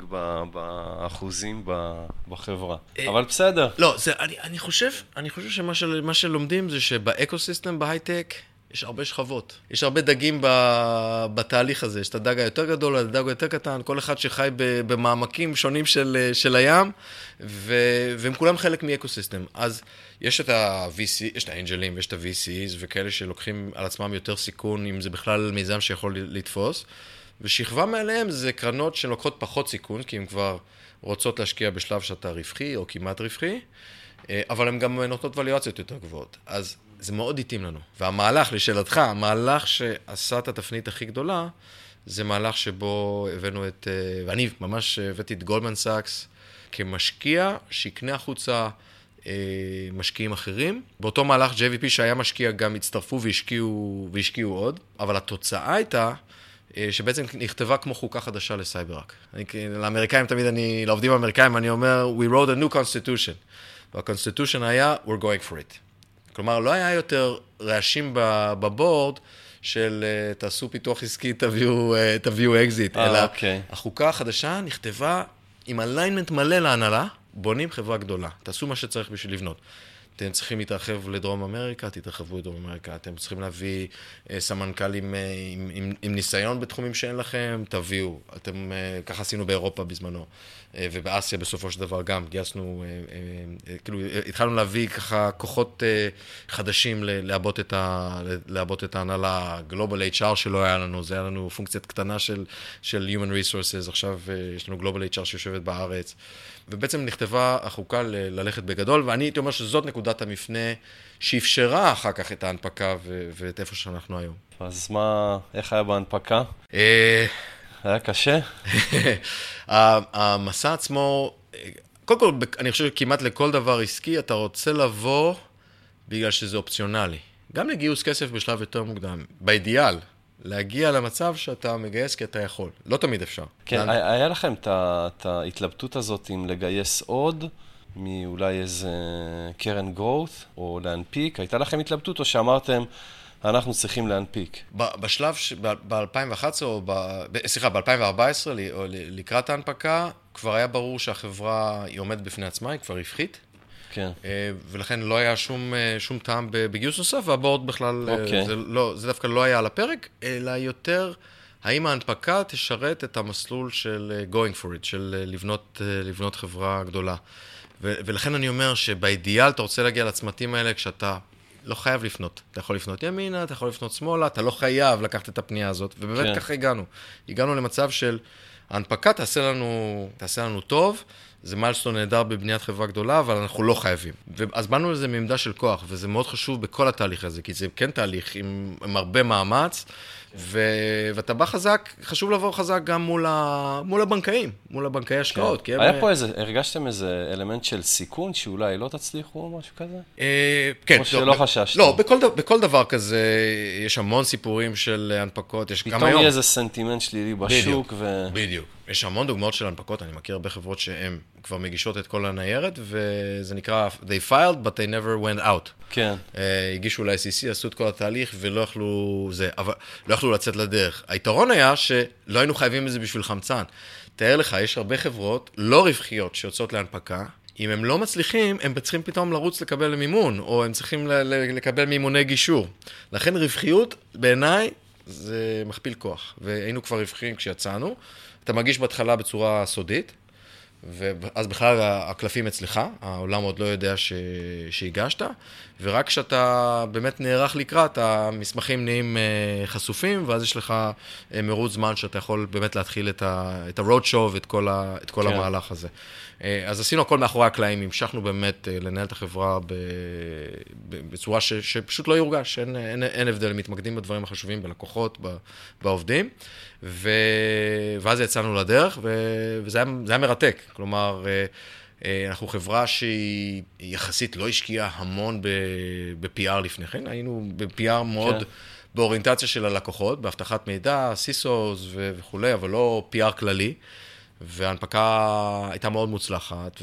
באחוזים בחברה. אבל בסדר. לא, זה, אני, אני חושב, אני חושב שמה של, מה שלומדים זה שבאקוסיסטם, בהייטק, יש הרבה שכבות. יש הרבה דגים בתהליך הזה. יש את הדג היותר גדול, הדג היותר קטן, כל אחד שחי במעמקים שונים של, של הים, ו, והם כולם חלק מאקוסיסטם. אז יש את ה-וי סי, יש את האנג'לים ויש את ה-וי סי'ס, וכאלה שלוקחים על עצמם יותר סיכון, אם זה בכלל מיזם שיכול לתפוס. ושכבה מעליהם זה קרנות שלוקחות פחות סיכון, כי הן כבר רוצות להשקיע בשלב שאתה רווחי או כמעט רווחי, אבל הן גם נותנות וליואציות יותר גבוהות. אז זה מאוד איטים לנו. והמהלך, לשאלתך, המהלך שעשה את התפנית הכי גדולה, זה מהלך שבו הבאנו את, ואני ממש הבאתי את גולדמן סאקס כמשקיע, שיקנה החוצה משקיעים אחרים. באותו מהלך ג'יי וי פי שהיה משקיע גם הצטרפו והשקיעו, והשקיעו עוד, אבל התוצאה הייתה שבעצם נכתבה כמו חוקה חדשה לסייברק. אני, לאמריקאים תמיד אני, לעובדים האמריקאים אני אומר, we wrote a new constitution. וה-constitution היה, we're going for it. כלומר, לא היה יותר רעשים בבורד של תעשו פיתוח עסקי, תביאו, תביאו אקזיט, אלא החוקה החדשה נכתבה עם alignment מלא להנהלה, בונים חברה גדולה. תעשו מה שצריך בשביל לבנות. אתם צריכים להתרחב לדרום אמריקה, תתרחבו לדרום אמריקה. אתם צריכים להביא סמנכ"לים עם, עם, עם ניסיון בתחומים שאין לכם, תביאו. אתם, ככה עשינו באירופה בזמנו, ובאסיה בסופו של דבר גם גייסנו, כאילו התחלנו להביא ככה כוחות חדשים לעבות את, ה, לעבות את ההנהלה, גלובל אייץ' אר שלא היה לנו, זה היה לנו פונקציית קטנה של, של Human Resources, עכשיו יש לנו גלובל אייץ' אר שיושבת בארץ. ובעצם נכתבה החוקה ל- ללכת בגדול, ואני הייתי אומר שזאת נקודת המפנה שאפשרה אחר כך את ההנפקה ו- ואת איפה שאנחנו היום. אז מה, איך היה בהנפקה? היה קשה? המסע עצמו, קודם כל, אני חושב שכמעט לכל דבר עסקי, אתה רוצה לבוא בגלל שזה אופציונלי. גם לגיוס כסף בשלב יותר מוקדם, באידיאל. להגיע למצב שאתה מגייס כי אתה יכול. לא תמיד אפשר. כן, היה לכם את ההתלבטות הזאת עם לגייס עוד, מאולי איזה קרן growth, או להנפיק? הייתה לכם התלבטות, או שאמרתם, אנחנו צריכים להנפיק? בשלב, ב-אלפיים ואחת עשרה, או סליחה, ב-אלפיים וארבע עשרה, לקראת ההנפקה, כבר היה ברור שהחברה היא עומדת בפני עצמה, היא כבר הפחית. כן. ולכן לא היה שום, שום טעם בגיוס נוסף, והבורד בכלל, אוקיי. זה, לא, זה דווקא לא היה על הפרק, אלא יותר, האם ההנפקה תשרת את המסלול של going for it, של לבנות, לבנות חברה גדולה. ו, ולכן אני אומר שבאידיאל אתה רוצה להגיע לצמתים האלה כשאתה לא חייב לפנות. אתה יכול לפנות ימינה, אתה יכול לפנות שמאלה, אתה לא חייב לקחת את הפנייה הזאת, ובאמת כן. ככה הגענו. הגענו למצב של ההנפקה תעשה לנו, תעשה לנו טוב, זה מיילסטון נהדר בבניית חברה גדולה, אבל אנחנו לא חייבים. אז באנו לזה מעמדה של כוח, וזה מאוד חשוב בכל התהליך הזה, כי זה כן תהליך עם, עם הרבה מאמץ, ו... ואתה בא חזק, חשוב לבוא חזק גם מול, ה... מול הבנקאים, מול הבנקאי השקעות. כן. היה הם... פה איזה, הרגשתם איזה אלמנט של סיכון, שאולי לא תצליחו או משהו כזה? אה, כן. או שלא לא, חששתם? לא, בכל, בכל דבר כזה, יש המון סיפורים של הנפקות, יש גם היום. פתאום יהיה איזה סנטימנט שלילי בשוק. בדיוק, ו... בדיוק. יש המון דוגמאות של הנפקות, אני מכיר הרבה חברות שהן כבר מגישות את כל הניירת, וזה נקרא, they filed, but they never went out. כן. Uh, הגישו ל-איי סי סי, עשו את כל התהליך, ולא יכלו, זה, אבל, לא יכלו לצאת לדרך. היתרון היה שלא היינו חייבים לזה בשביל חמצן. תאר לך, יש הרבה חברות לא רווחיות שיוצאות להנפקה, אם הם לא מצליחים, הם צריכים פתאום לרוץ לקבל מימון, או הם צריכים לקבל מימוני גישור. לכן רווחיות, בעיניי, זה מכפיל כוח. והיינו כבר רווחיים כשיצאנו. אתה מגיש בהתחלה בצורה סודית, ואז בכלל הקלפים אצלך, העולם עוד לא יודע ש... שהגשת, ורק כשאתה באמת נערך לקראת, המסמכים נהיים חשופים, ואז יש לך מרוץ זמן שאתה יכול באמת להתחיל את ה-road show ואת כל, ה... את כל כן. המהלך הזה. אז עשינו הכל מאחורי הקלעים, המשכנו באמת לנהל את החברה בצורה ש... שפשוט לא יורגש, אין, אין, אין הבדל, מתמקדים בדברים החשובים, בלקוחות, בעובדים, ו... ואז יצאנו לדרך, ו... וזה היה, זה היה מרתק. כלומר, אנחנו חברה שהיא יחסית לא השקיעה המון ב-פי אר לפני כן, היינו ב-פי אר מאוד... כן. באוריינטציה של הלקוחות, בהבטחת מידע, סיסוס וכו', אבל לא פי אר כללי. וההנפקה הייתה מאוד מוצלחת,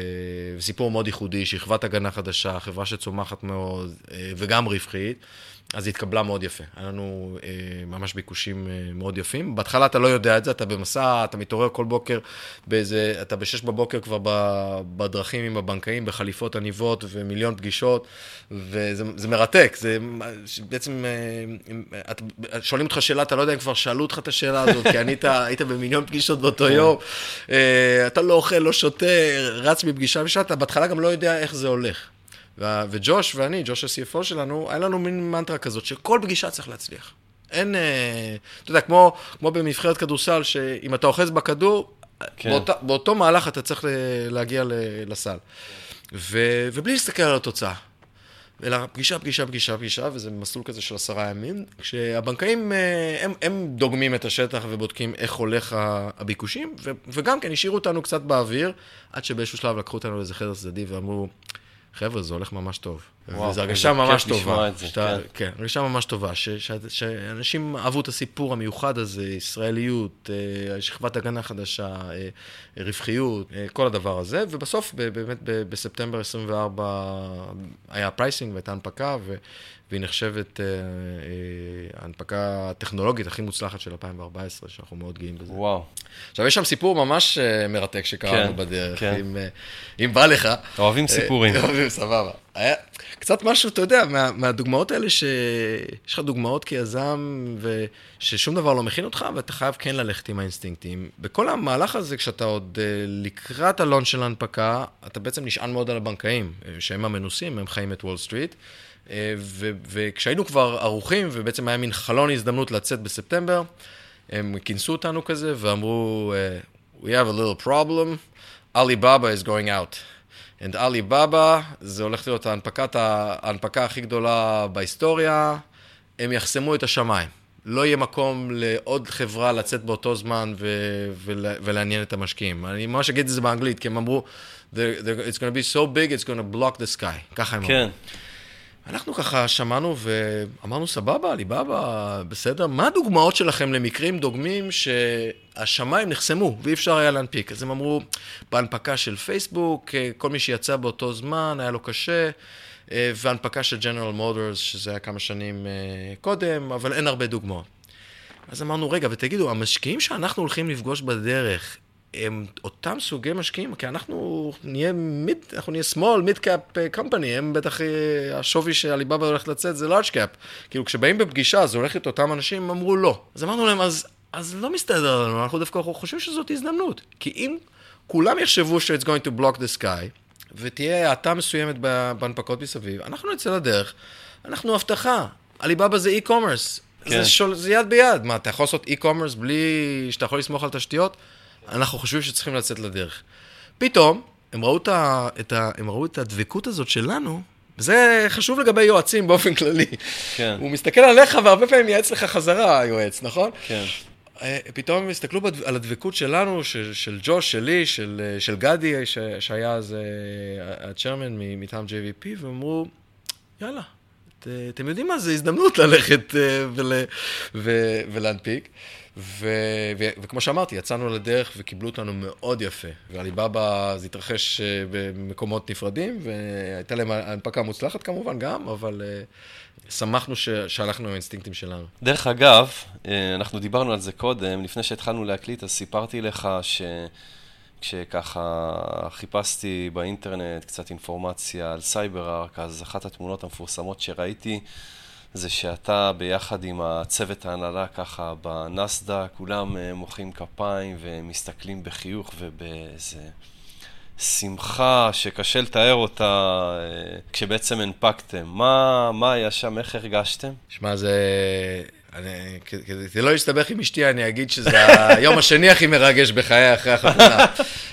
וסיפור מאוד ייחודי, שכבת הגנה חדשה, חברה שצומחת מאוד, וגם רווחית. אז היא התקבלה מאוד יפה. היה לנו אה, ממש ביקושים אה, מאוד יפים. בהתחלה אתה לא יודע את זה, אתה במסע, אתה מתעורר כל בוקר באיזה, אתה בשש בבוקר כבר בדרכים עם הבנקאים, בחליפות עניבות ומיליון פגישות, וזה זה מרתק. זה בעצם, אה, את, שואלים אותך שאלה, אתה לא יודע אם כבר שאלו אותך את השאלה הזאת, כי ענית, היית במיליון פגישות באותו יום. אה, אתה לא אוכל, לא שותה, רץ מפגישה בשעה, אתה בהתחלה גם לא יודע איך זה הולך. וג'וש ואני, ג'וש ה-סי אף או שלנו, היה לנו מין מנטרה כזאת, שכל פגישה צריך להצליח. אין, אתה יודע, כמו, כמו במבחרת כדורסל, שאם אתה אוחז בכדור, כן. באותה, באותו מהלך אתה צריך להגיע לסל. ו, ובלי להסתכל על התוצאה. אלא פגישה, פגישה, פגישה, פגישה, וזה מסלול כזה של עשרה ימים, כשהבנקאים, הם, הם דוגמים את השטח ובודקים איך הולך הביקושים, ו, וגם כן השאירו אותנו קצת באוויר, עד שבאיזשהו שלב לקחו אותנו לאיזה חדר צדדי ואמרו, חבר'ה, זה הולך ממש טוב. וזו הרגשה ממש טובה. כן, הרגשה ממש טובה, שאנשים אהבו את הסיפור המיוחד הזה, ישראליות, שכבת הגנה חדשה, רווחיות, כל הדבר הזה, ובסוף, באמת בספטמבר עשרים וארבע היה פרייסינג והייתה הנפקה, והיא נחשבת ההנפקה הטכנולוגית הכי מוצלחת של אלפיים וארבע עשרה, שאנחנו מאוד גאים בזה. וואו. עכשיו, יש שם סיפור ממש מרתק שקראנו בדרך, אם בא לך. אוהבים סיפורים. אוהבים, סבבה. היה קצת משהו, אתה יודע, מה, מהדוגמאות האלה שיש לך דוגמאות כיזם וששום דבר לא מכין אותך, ואתה חייב כן ללכת עם האינסטינקטים. בכל המהלך הזה, כשאתה עוד לקראת אלון של ההנפקה, אתה בעצם נשען מאוד על הבנקאים, שהם המנוסים, הם חיים את וול סטריט, ו- וכשהיינו כבר ערוכים, ובעצם היה מין חלון הזדמנות לצאת בספטמבר, הם כינסו אותנו כזה ואמרו, we have a little problem, Alibaba is going out. And Alibaba, זה הולך להיות ההנפקת, ההנפקה הכי גדולה בהיסטוריה, הם יחסמו את השמיים. לא יהיה מקום לעוד חברה לצאת באותו זמן ו- ול- ולעניין את המשקיעים. אני ממש אגיד את זה באנגלית, כי הם אמרו, It's going to be so big, it's going to block the sky. ככה הם אמרו. כן. אנחנו ככה שמענו ואמרנו, סבבה, עליבאבא, בסדר. מה הדוגמאות שלכם למקרים דוגמים שהשמיים נחסמו ואי אפשר היה להנפיק? אז הם אמרו, בהנפקה של פייסבוק, כל מי שיצא באותו זמן היה לו קשה, והנפקה של ג'נרל מוטורס, שזה היה כמה שנים קודם, אבל אין הרבה דוגמאות. אז אמרנו, רגע, ותגידו, המשקיעים שאנחנו הולכים לפגוש בדרך, הם אותם סוגי משקיעים, כי אנחנו נהיה מיד, אנחנו נהיה small, mid cap company, הם בטח, השווי שעליבאבא הולך לצאת זה large cap. כאילו, כשבאים בפגישה, זה הולך את אותם אנשים, הם אמרו לא. אז אמרנו להם, אז, אז לא מסתדר לנו, אנחנו דווקא חושבים שזאת הזדמנות. כי אם כולם יחשבו ש-it's going to block the sky, ותהיה האטה מסוימת בהנפקות מסביב, אנחנו נצא לדרך, אנחנו הבטחה, עליבאבא זה e-commerce, כן. זה, שול, זה יד ביד. מה, אתה יכול לעשות e-commerce בלי שאתה יכול לסמוך על תשתיות? אנחנו חושבים שצריכים לצאת לדרך. פתאום, הם ראו את, ה, את, ה, הם ראו את הדבקות הזאת שלנו, וזה חשוב לגבי יועצים באופן כללי. כן. הוא מסתכל עליך והרבה פעמים יעץ לך חזרה היועץ, נכון? כן. פתאום הם הסתכלו על הדבקות שלנו, של, של ג'וש, שלי, של, של גדי, ש, שהיה אז הצ'רמן מטעם ג'יי וי פי, ואמרו, יאללה, את, אתם יודעים מה? זה הזדמנות ללכת ול, ו, ולהנפיק. ו- ו- וכמו שאמרתי, יצאנו לדרך וקיבלו אותנו מאוד יפה. ועליבאבא זה התרחש במקומות נפרדים, והייתה להם הנפקה מוצלחת כמובן גם, אבל uh, שמחנו ש- שהלכנו עם האינסטינקטים שלנו. דרך אגב, אנחנו דיברנו על זה קודם, לפני שהתחלנו להקליט, אז סיפרתי לך ש... כשככה חיפשתי באינטרנט קצת אינפורמציה על סייברארק, אז אחת התמונות המפורסמות שראיתי, זה שאתה ביחד עם הצוות ההנהלה ככה בנסדק, כולם מוחאים כפיים ומסתכלים בחיוך ובאיזה שמחה שקשה לתאר אותה כשבעצם הנפקתם. מה, מה היה שם? איך הרגשתם? שמע, זה... אני, כדי לא להסתבך עם אשתי, אני אגיד שזה היום השני הכי מרגש בחיי אחרי החתונה.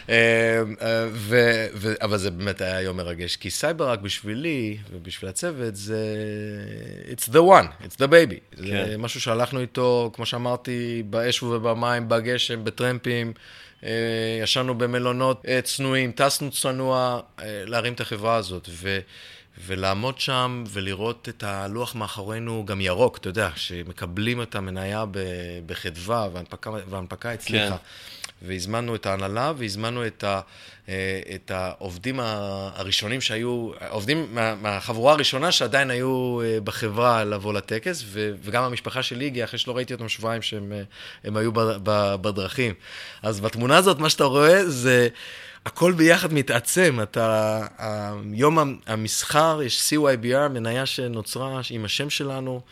ו, ו, אבל זה באמת היה יום מרגש, כי סייברארק בשבילי ובשביל הצוות זה... It's the one, it's the baby. כן. זה משהו שהלכנו איתו, כמו שאמרתי, באש ובמים, בגשם, בטרמפים, ישנו במלונות צנועים, טסנו צנוע להרים את החברה הזאת. ו... ולעמוד שם ולראות את הלוח מאחורינו גם ירוק, אתה יודע, שמקבלים את המניה בחדווה, וההנפקה, וההנפקה הצליחה. כן. והזמנו את ההנהלה, והזמנו את, ה, את העובדים הראשונים שהיו, העובדים מה, מהחבורה הראשונה שעדיין היו בחברה לבוא לטקס, ו, וגם המשפחה שלי הגיעה, אחרי שלא ראיתי אותם שבועיים שהם הם היו בדרכים. אז בתמונה הזאת, מה שאתה רואה זה, הכל ביחד מתעצם. אתה, יום המסחר, יש סי וואי בי אר, מניה שנוצרה עם השם שלנו,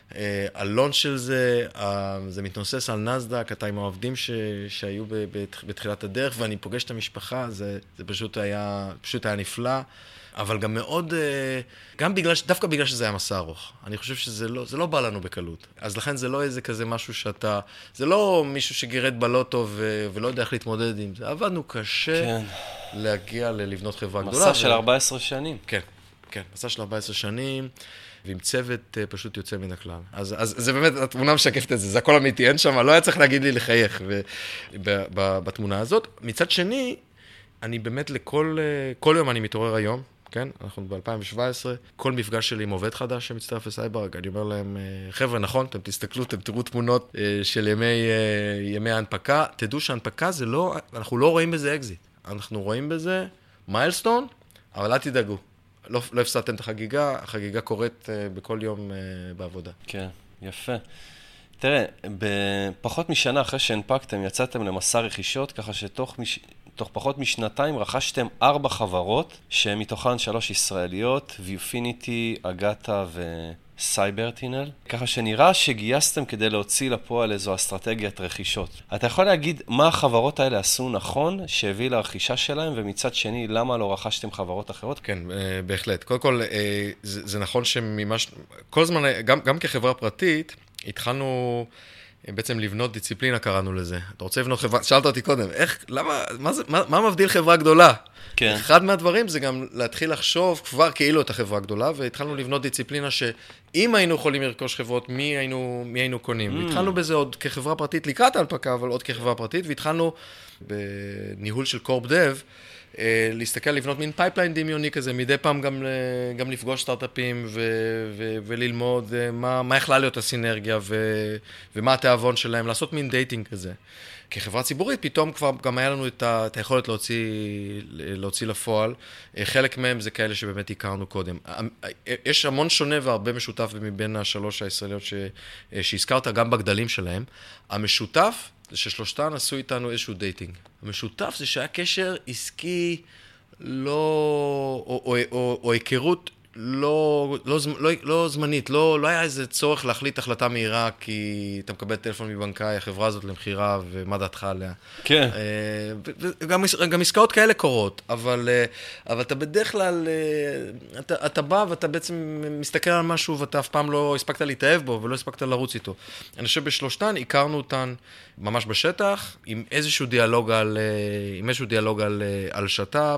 אלון של זה, זה מתנוסס על נסדק, אתה עם העובדים ש, שהיו בתחילת הדרך, ואני פוגש את המשפחה, זה, זה פשוט היה, פשוט היה נפלא, אבל גם מאוד, גם בגלל, דווקא בגלל שזה היה מסע ארוך. אני חושב שזה לא, זה לא בא לנו בקלות. אז לכן זה לא איזה כזה משהו שאתה, זה לא מישהו שגירד בלוטו ו, ולא יודע איך להתמודד עם זה. עבדנו קשה כן. להגיע ללבנות חברה מסע גדולה. מסע של ו... ארבע עשרה שנים. כן, כן, מסע של ארבע עשרה שנים. ועם צוות פשוט יוצא מן הכלל. אז, אז זה באמת, התמונה משקפת את זה, זה הכל אמיתי, אין שם, לא היה צריך להגיד לי לחייך ו, ב, ב, בתמונה הזאת. מצד שני, אני באמת לכל, כל יום אני מתעורר היום, כן? אנחנו ב-אלפיים שבע עשרה, כל מפגש שלי עם עובד חדש שמצטרף לסייברג, אני אומר להם, חבר'ה, נכון, אתם תסתכלו, אתם תראו תמונות של ימי, ימי ההנפקה, תדעו שההנפקה זה לא, אנחנו לא רואים בזה אקזיט, אנחנו רואים בזה מיילסטון, אבל אל תדאגו. לא, לא הפסדתם את החגיגה, החגיגה קורית uh, בכל יום uh, בעבודה. כן, יפה. תראה, בפחות משנה אחרי שהנפקתם, יצאתם למסע רכישות, ככה שתוך מש... תוך פחות משנתיים רכשתם ארבע חברות, שמתוכן שלוש ישראליות, ויופיניטי, אגטה וסייברטינל. ככה שנראה שגייסתם כדי להוציא לפועל איזו אסטרטגיית רכישות. אתה יכול להגיד מה החברות האלה עשו נכון, שהביא לרכישה שלהם, ומצד שני, למה לא רכשתם חברות אחרות? כן, בהחלט. קודם כל, זה, זה נכון שממש... כל זמן, גם, גם כחברה פרטית, התחלנו... בעצם לבנות דיציפלינה, קראנו לזה. אתה רוצה לבנות חברה, שאלת אותי קודם, איך, למה, מה זה, מה, מה מבדיל חברה גדולה? כן. אחד מהדברים זה גם להתחיל לחשוב כבר כאילו את החברה הגדולה, והתחלנו לבנות דיציפלינה שאם היינו יכולים לרכוש חברות, מי היינו, מי היינו קונים. Mm. והתחלנו בזה עוד כחברה פרטית, לקראת ההנפקה, אבל עוד כחברה פרטית, והתחלנו בניהול של קורפ דב, להסתכל, לבנות מין פייפליין דמיוני כזה, מדי פעם גם, גם לפגוש סטארט-אפים ו, ו, וללמוד מה, מה יכלה להיות הסינרגיה ו, ומה התיאבון שלהם, לעשות מין דייטינג כזה. כחברה ציבורית, פתאום כבר גם היה לנו את, ה, את היכולת להוציא, להוציא לפועל. חלק מהם זה כאלה שבאמת הכרנו קודם. יש המון שונה והרבה משותף מבין השלוש הישראליות ש, שהזכרת, גם בגדלים שלהם. המשותף, זה ששלושתן עשו איתנו איזשהו דייטינג. המשותף זה שהיה קשר עסקי לא, או, או, או, או היכרות לא, לא, לא, לא זמנית, לא, לא היה איזה צורך להחליט החלטה מהירה, כי אתה מקבל טלפון מבנקאי, החברה הזאת למחירה, ומה דעתך עליה. כן. גם, גם עסקאות כאלה קורות, אבל, אבל אתה בדרך כלל, אתה, אתה בא ואתה בעצם מסתכל על משהו, ואתה אף פעם לא הספקת להתאהב בו, ולא הספקת לרוץ איתו. אני חושב בשלושתן, הכרנו אותן ממש בשטח, עם איזשהו דיאלוג על, עם איזשהו דיאלוג על, על שטאפ,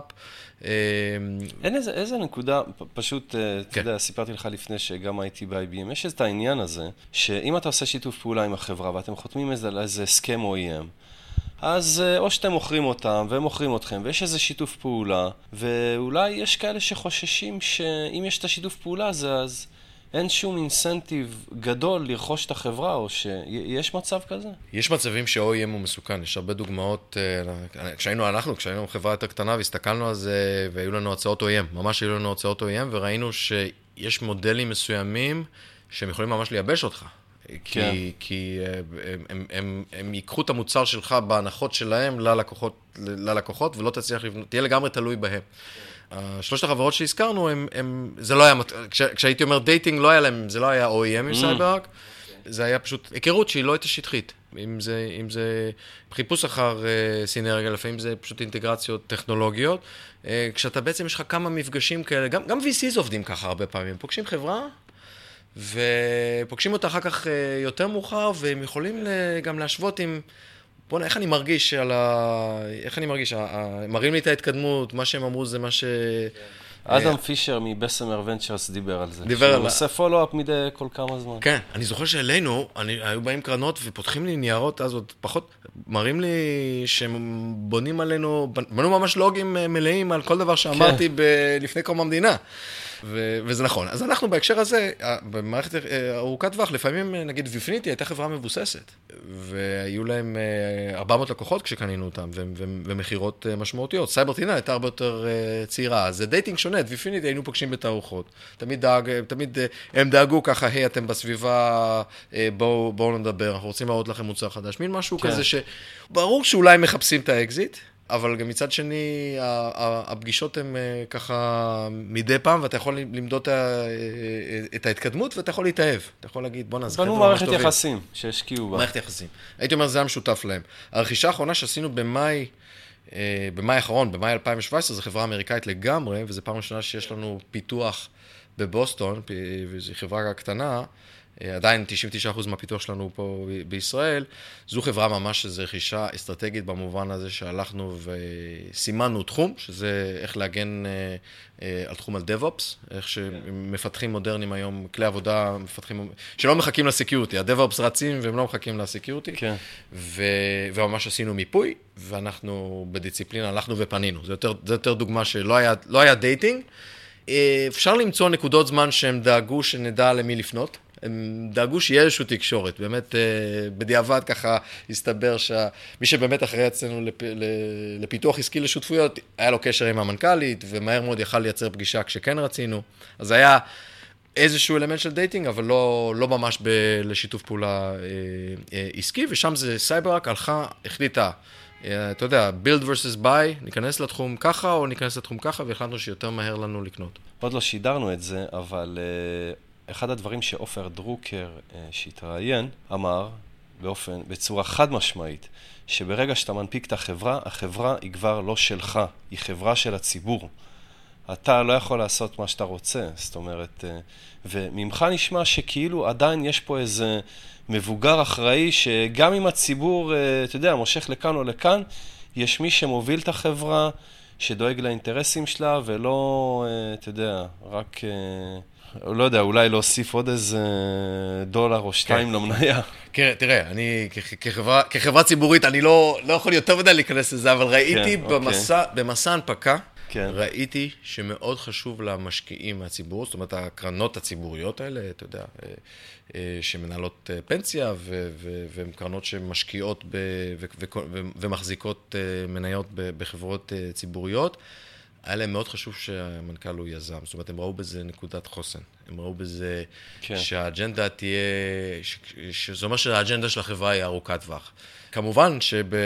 אין איזה, איזה נקודה, פשוט, אתה יודע, סיפרתי לך לפני שגם הייתי ב-איי בי אם, יש את העניין הזה, שאם אתה עושה שיתוף פעולה עם החברה, ואתם חותמים איזה, איזה הסכם או אי אם, אז או שאתם מוכרים אותם, והם מוכרים אתכם, ויש איזה שיתוף פעולה, ואולי יש כאלה שחוששים שאם יש את השיתוף פעולה הזה, אז אין שום אינסנטיב גדול לרכוש את החברה, או שיש מצב כזה? יש מצבים ש-או אי אם הוא מסוכן, יש הרבה דוגמאות, כשהיינו אנחנו, כשהיינו חברה יותר קטנה, והסתכלנו על זה, והיו לנו הצעות או אי אם, ממש היו לנו הצעות או אי אם, וראינו שיש מודלים מסוימים, שהם יכולים ממש לייבש אותך. כן. כי, כי הם, הם, הם, הם ייקחו את המוצר שלך בהנחות שלהם ללקוחות, ללקוחות, ולא תצליח לבנות, תהיה לגמרי תלוי בהם. שלושת החברות שהזכרנו, הם, הם, זה לא היה, כש, כשהייתי אומר דייטינג, לא היה להם, זה לא היה או אי אם עם סייברג, זה היה פשוט היכרות שהיא לא הייתה שטחית. אם זה, אם זה חיפוש אחר סינרגיה, לפעמים זה פשוט אינטגרציות טכנולוגיות. כשאתה בעצם יש לך כמה מפגשים כאלה, גם, גם וי סי'ס עובדים ככה הרבה פעמים, פוגשים חברה, ופוגשים אותה אחר כך יותר מאוחר, והם יכולים גם להשוות עם, בוא'נה, איך אני מרגיש על ה... איך אני מרגיש? מראים לי את ההתקדמות, מה שהם אמרו זה מה ש... אדם פישר מבסמר ונצ'רס דיבר על זה. דיבר על זה. הוא עושה פולו-אפ מדי כל כמה זמן. כן, אני זוכר שאלינו, היו באים קרנות ופותחים לי ניירות, אז עוד פחות, מראים לי שהם בונים עלינו, בנו ממש לוגים מלאים על כל דבר שאמרתי לפני קום המדינה. ו- וזה נכון. אז אנחנו בהקשר הזה, במערכת ארוכת טווח, לפעמים, נגיד, ויפניטי הייתה חברה מבוססת, והיו להם ארבע מאות לקוחות כשקנינו אותם, ו- ו- ומחירות משמעותיות. סייברטינה הייתה הרבה יותר צעירה, אז זה דייטינג שונה, את ויפניטי היינו פוגשים בתערוכות. תמיד, דאג, תמיד הם דאגו ככה, היי, אתם בסביבה, בואו בוא נדבר, אנחנו רוצים להראות לכם מוצר חדש. מין משהו כן. כזה שברור שאולי מחפשים את האקזיט, אבל גם מצד שני, הפגישות הן ככה מדי פעם, ואתה יכול למדוד את ההתקדמות, ואתה יכול להתאהב. אתה יכול להגיד, בוא נעזכם. בנו מערכת יחסים שהשקיעו בה. מערכת יחסים. הייתי אומר, זה המשותף להם. הרכישה האחרונה שעשינו במאי, במאי האחרון, במאי אלפיים שבע עשרה, זו חברה אמריקאית לגמרי, וזו פעם ראשונה שיש לנו פיתוח בבוסטון, וזו חברה קטנה, עדיין תשעים ותשעה אחוז מהפיתוח שלנו פה בישראל, זו חברה ממש שזו רכישה אסטרטגית במובן הזה שהלכנו וסימנו תחום, שזה איך להגן על תחום על DevOps, איך שמפתחים מודרניים היום, כלי עבודה מפתחים, שלא מחכים לסקיוריטי, ה-DevOps רצים והם לא מחכים לסקיוריטי, כן. ו... וממש עשינו מיפוי, ואנחנו בדיציפלינה הלכנו ופנינו. זה יותר, זה יותר דוגמה שלא היה, לא היה דייטינג, אפשר למצוא נקודות זמן שהם דאגו שנדע למי לפנות, הם דאגו שיהיה איזושהי תקשורת, באמת בדיעבד ככה הסתבר שמי שבאמת אחראי אצלנו לפ... לפיתוח עסקי לשותפויות, היה לו קשר עם המנכ"לית, ומהר מאוד יכל לייצר פגישה כשכן רצינו, אז היה איזשהו אלמנט של דייטינג, אבל לא, לא ממש ב... לשיתוף פעולה עסקי, ושם זה סייברק הלכה, החליטה, אתה יודע, build versus buy, ניכנס לתחום ככה או ניכנס לתחום ככה, והחלטנו שיותר מהר לנו לקנות. עוד לא שידרנו את זה, אבל אחד הדברים שאופר דרוקר שהתראיין אמר באופן, בצורה חד משמעית, שברגע שאתה מנפיק את החברה, החברה היא כבר לא שלך, היא חברה של הציבור. אתה לא יכול לעשות מה שאתה רוצה, זאת אומרת, וממך נשמע שכאילו עדיין יש פה איזה מבוגר אחראי, שגם אם הציבור, אתה יודע, מושך לכאן או לכאן, יש מי שמוביל את החברה, שדואג לאינטרסים שלה, ולא, אתה יודע, רק, לא יודע, אולי להוסיף עוד איזה דולר או שתיים למניה. כן, תראה, אני כחברה, כחברה ציבורית, אני לא, לא יכול יותר מדי להיכנס לזה, אבל ראיתי במסע, במסע הנפקה, כן. ראיתי שמאוד חשוב למשקיעים מהציבור, זאת אומרת, הקרנות הציבוריות האלה, אתה יודע, שמנהלות פנסיה, והן קרנות שמשקיעות ומחזיקות מניות בחברות ציבוריות, היה להם מאוד חשוב שהמנכ"ל הוא יזם, זאת אומרת, הם ראו בזה נקודת חוסן, הם ראו בזה כן. שהאג'נדה תהיה, זאת אומרת שהאג'נדה של החברה היא ארוכת טווח. כמובן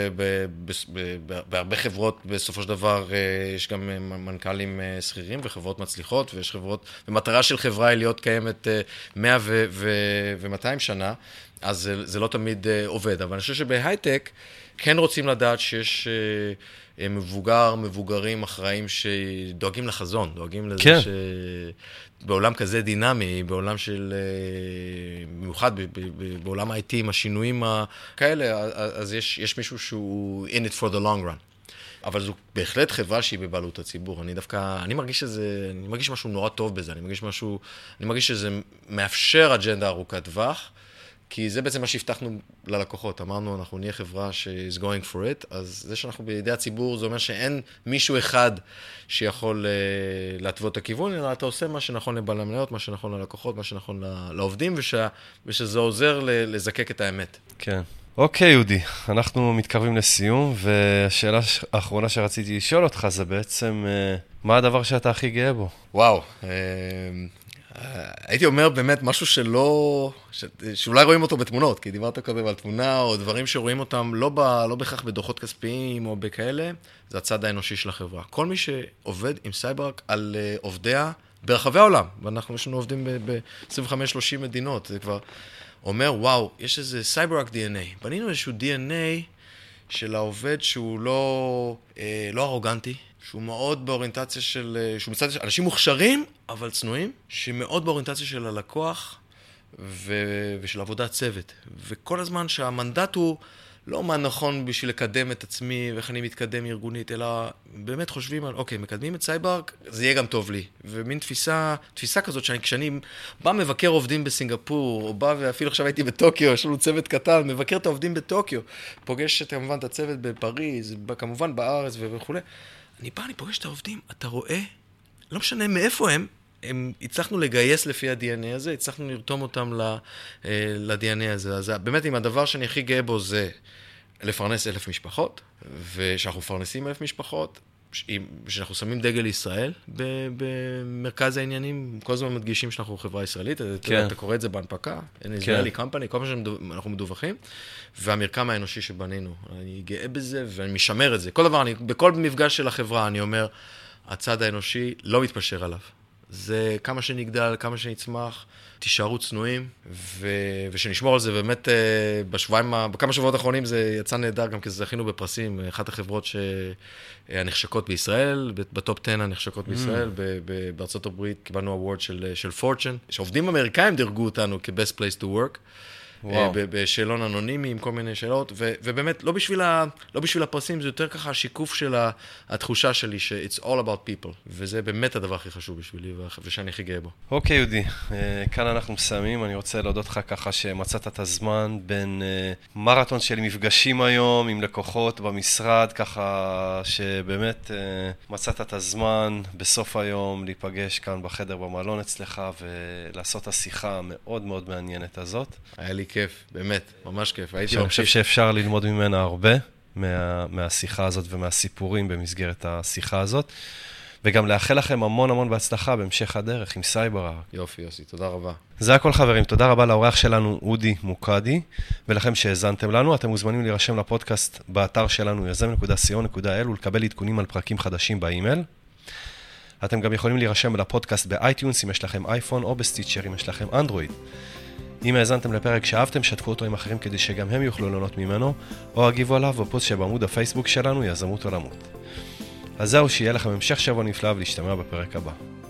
שבהרבה חברות בסופו של דבר יש גם מנכ"לים שכירים וחברות מצליחות, ויש חברות, ומטרה של חברה היא להיות קיימת מאה ומאתיים שנה, אז זה, זה לא תמיד עובד. אבל אני חושב שבהייטק כן רוצים לדעת שיש מבוגר, מבוגרים אחראים שדואגים לחזון, דואגים לזה כן. שבעולם כזה דינמי, בעולם של, במיוחד בעולם ה-איי טי עם השינויים כאלה, אז יש, יש מישהו שהוא in it for the long run. אבל זו בהחלט חברה שהיא בבעלות הציבור. אני דווקא, אני מרגיש שזה, אני מרגיש משהו נורא טוב בזה, אני מרגיש משהו, אני מרגיש שזה מאפשר אג'נדה ארוכת טווח, כי זה בעצם מה שהבטחנו ללקוחות. אמרנו, אנחנו נהיה חברה ש-is going for it, אז זה שאנחנו בידי הציבור, זה אומר שאין מישהו אחד שיכול uh, להתוות את הכיוון, אלא אתה עושה מה שנכון לבעל המניות, מה שנכון ללקוחות, מה שנכון לעובדים, ושה, ושזה עוזר לזקק את האמת. כן. אוקיי, יהודי, אנחנו מתקרבים לסיום, והשאלה האחרונה שרציתי לשאול אותך זה בעצם, מה הדבר שאתה הכי גאה בו? וואו, הייתי אומר באמת משהו שלא, ש... שאולי רואים אותו בתמונות, כי דיברת קודם על תמונה או דברים שרואים אותם לא, ב... לא בכך בדוחות כספיים או בכאלה, זה הצד האנושי של החברה. כל מי שעובד עם סייברק על עובדיה ברחבי העולם, ואנחנו יש לנו עובדים ב-עשרים וחמש שלושים מדינות, זה כבר אומר, וואו, יש איזה סייברק די אן איי. בנינו איזשהו די אן איי של העובד שהוא לא, אה, לא ארוגנטי, שהוא מאוד באוריינטציה של, שהוא מצד אנשים מוכשרים, אבל צנועים, שמאוד באוריינטציה של הלקוח ו, ושל עבודת צוות. וכל הזמן שהמנדט הוא לא מה נכון בשביל לקדם את עצמי ואיך אני מתקדם ארגונית, אלא באמת חושבים על, אוקיי, מקדמים את סייברק, זה יהיה גם טוב לי. ומין תפיסה, תפיסה כזאת שאני, כשאני בא מבקר עובדים בסינגפור, או בא ואפילו עכשיו הייתי בטוקיו, יש לנו צוות קטן, מבקר את העובדים בטוקיו, פוגש כמובן את הצוות בפריז, כמובן בארץ וכו'. אני בא, אני פוגש את העובדים, אתה רואה, לא משנה מאיפה הם, הם, הצלחנו לגייס לפי ה-די אן איי הזה, הצלחנו לרתום אותם ל-די אן איי הזה. אז באמת, אם הדבר שאני הכי גאה בו זה לפרנס אלף משפחות, ושאנחנו מפרנסים אלף משפחות, שאנחנו שמים דגל ישראל במרכז העניינים, כל הזמן מדגישים שאנחנו חברה ישראלית, כן. אתה קורא את זה בהנפקה, אין ישראלי קמפני, כל מה שאנחנו מדווחים, והמרקם האנושי שבנינו, אני גאה בזה ואני משמר את זה. כל דבר, אני, בכל מפגש של החברה אני אומר, הצד האנושי לא מתפשר עליו. זה כמה שנגדל, כמה שנצמח, תישארו צנועים, ו... ושנשמור על זה באמת בשבועיים, בכמה שבועות האחרונים זה יצא נהדר, גם כי זכינו בפרסים, אחת החברות שהנחשקות בישראל, בטופ עשר הנחשקות בישראל, mm. ב... ב... בארצות הברית קיבלנו אוורד של, של פורצ'ן, שעובדים אמריקאים דירגו אותנו כ-best place to work, בשאלון אנונימי עם כל מיני שאלות, ו- ובאמת, לא בשביל, ה- לא בשביל הפרסים, זה יותר ככה השיקוף של התחושה שלי, ש- it's all about people, וזה באמת הדבר הכי חשוב בשבילי, ושאני הכי גאה בו. אוקיי, יהודי, כאן אנחנו מסיימים, אני רוצה להודות לך ככה שמצאת את הזמן בין מרתון של מפגשים היום עם לקוחות במשרד, ככה שבאמת מצאת את הזמן בסוף היום להיפגש כאן בחדר במלון אצלך, ולעשות את השיחה המאוד מאוד מעניינת הזאת. היה לי כיף, באמת, ממש כיף. אני חושב שאפשר ללמוד ממנה הרבה, מה, מהשיחה הזאת ומהסיפורים במסגרת השיחה הזאת, וגם לאחל לכם המון המון בהצלחה בהמשך הדרך עם סייבר. יופי, יוסי, תודה רבה. זה הכל חברים, תודה רבה לאורח שלנו אודי מוקדי, ולכם שהזנתם לנו, אתם מוזמנים להירשם לפודקאסט באתר שלנו יזם נקודה סי או נקודה איי אל ולקבל עדכונים על פרקים חדשים באימייל. אתם גם יכולים להירשם לפודקאסט באייטיונס אם יש לכם אייפון או בסטיצ'ר אם יש לכם אנדרואיד. אם האזנתם לפרק שאהבתם, שתפו אותו עם אחרים כדי שגם הם יוכלו ליהנות ממנו, או הגיבו עליו בפוסט שבעמוד הפייסבוק שלנו יזמות עולמות. אז זהו, שיהיה לכם המשך שבוע נפלא ולהשתמע בפרק הבא.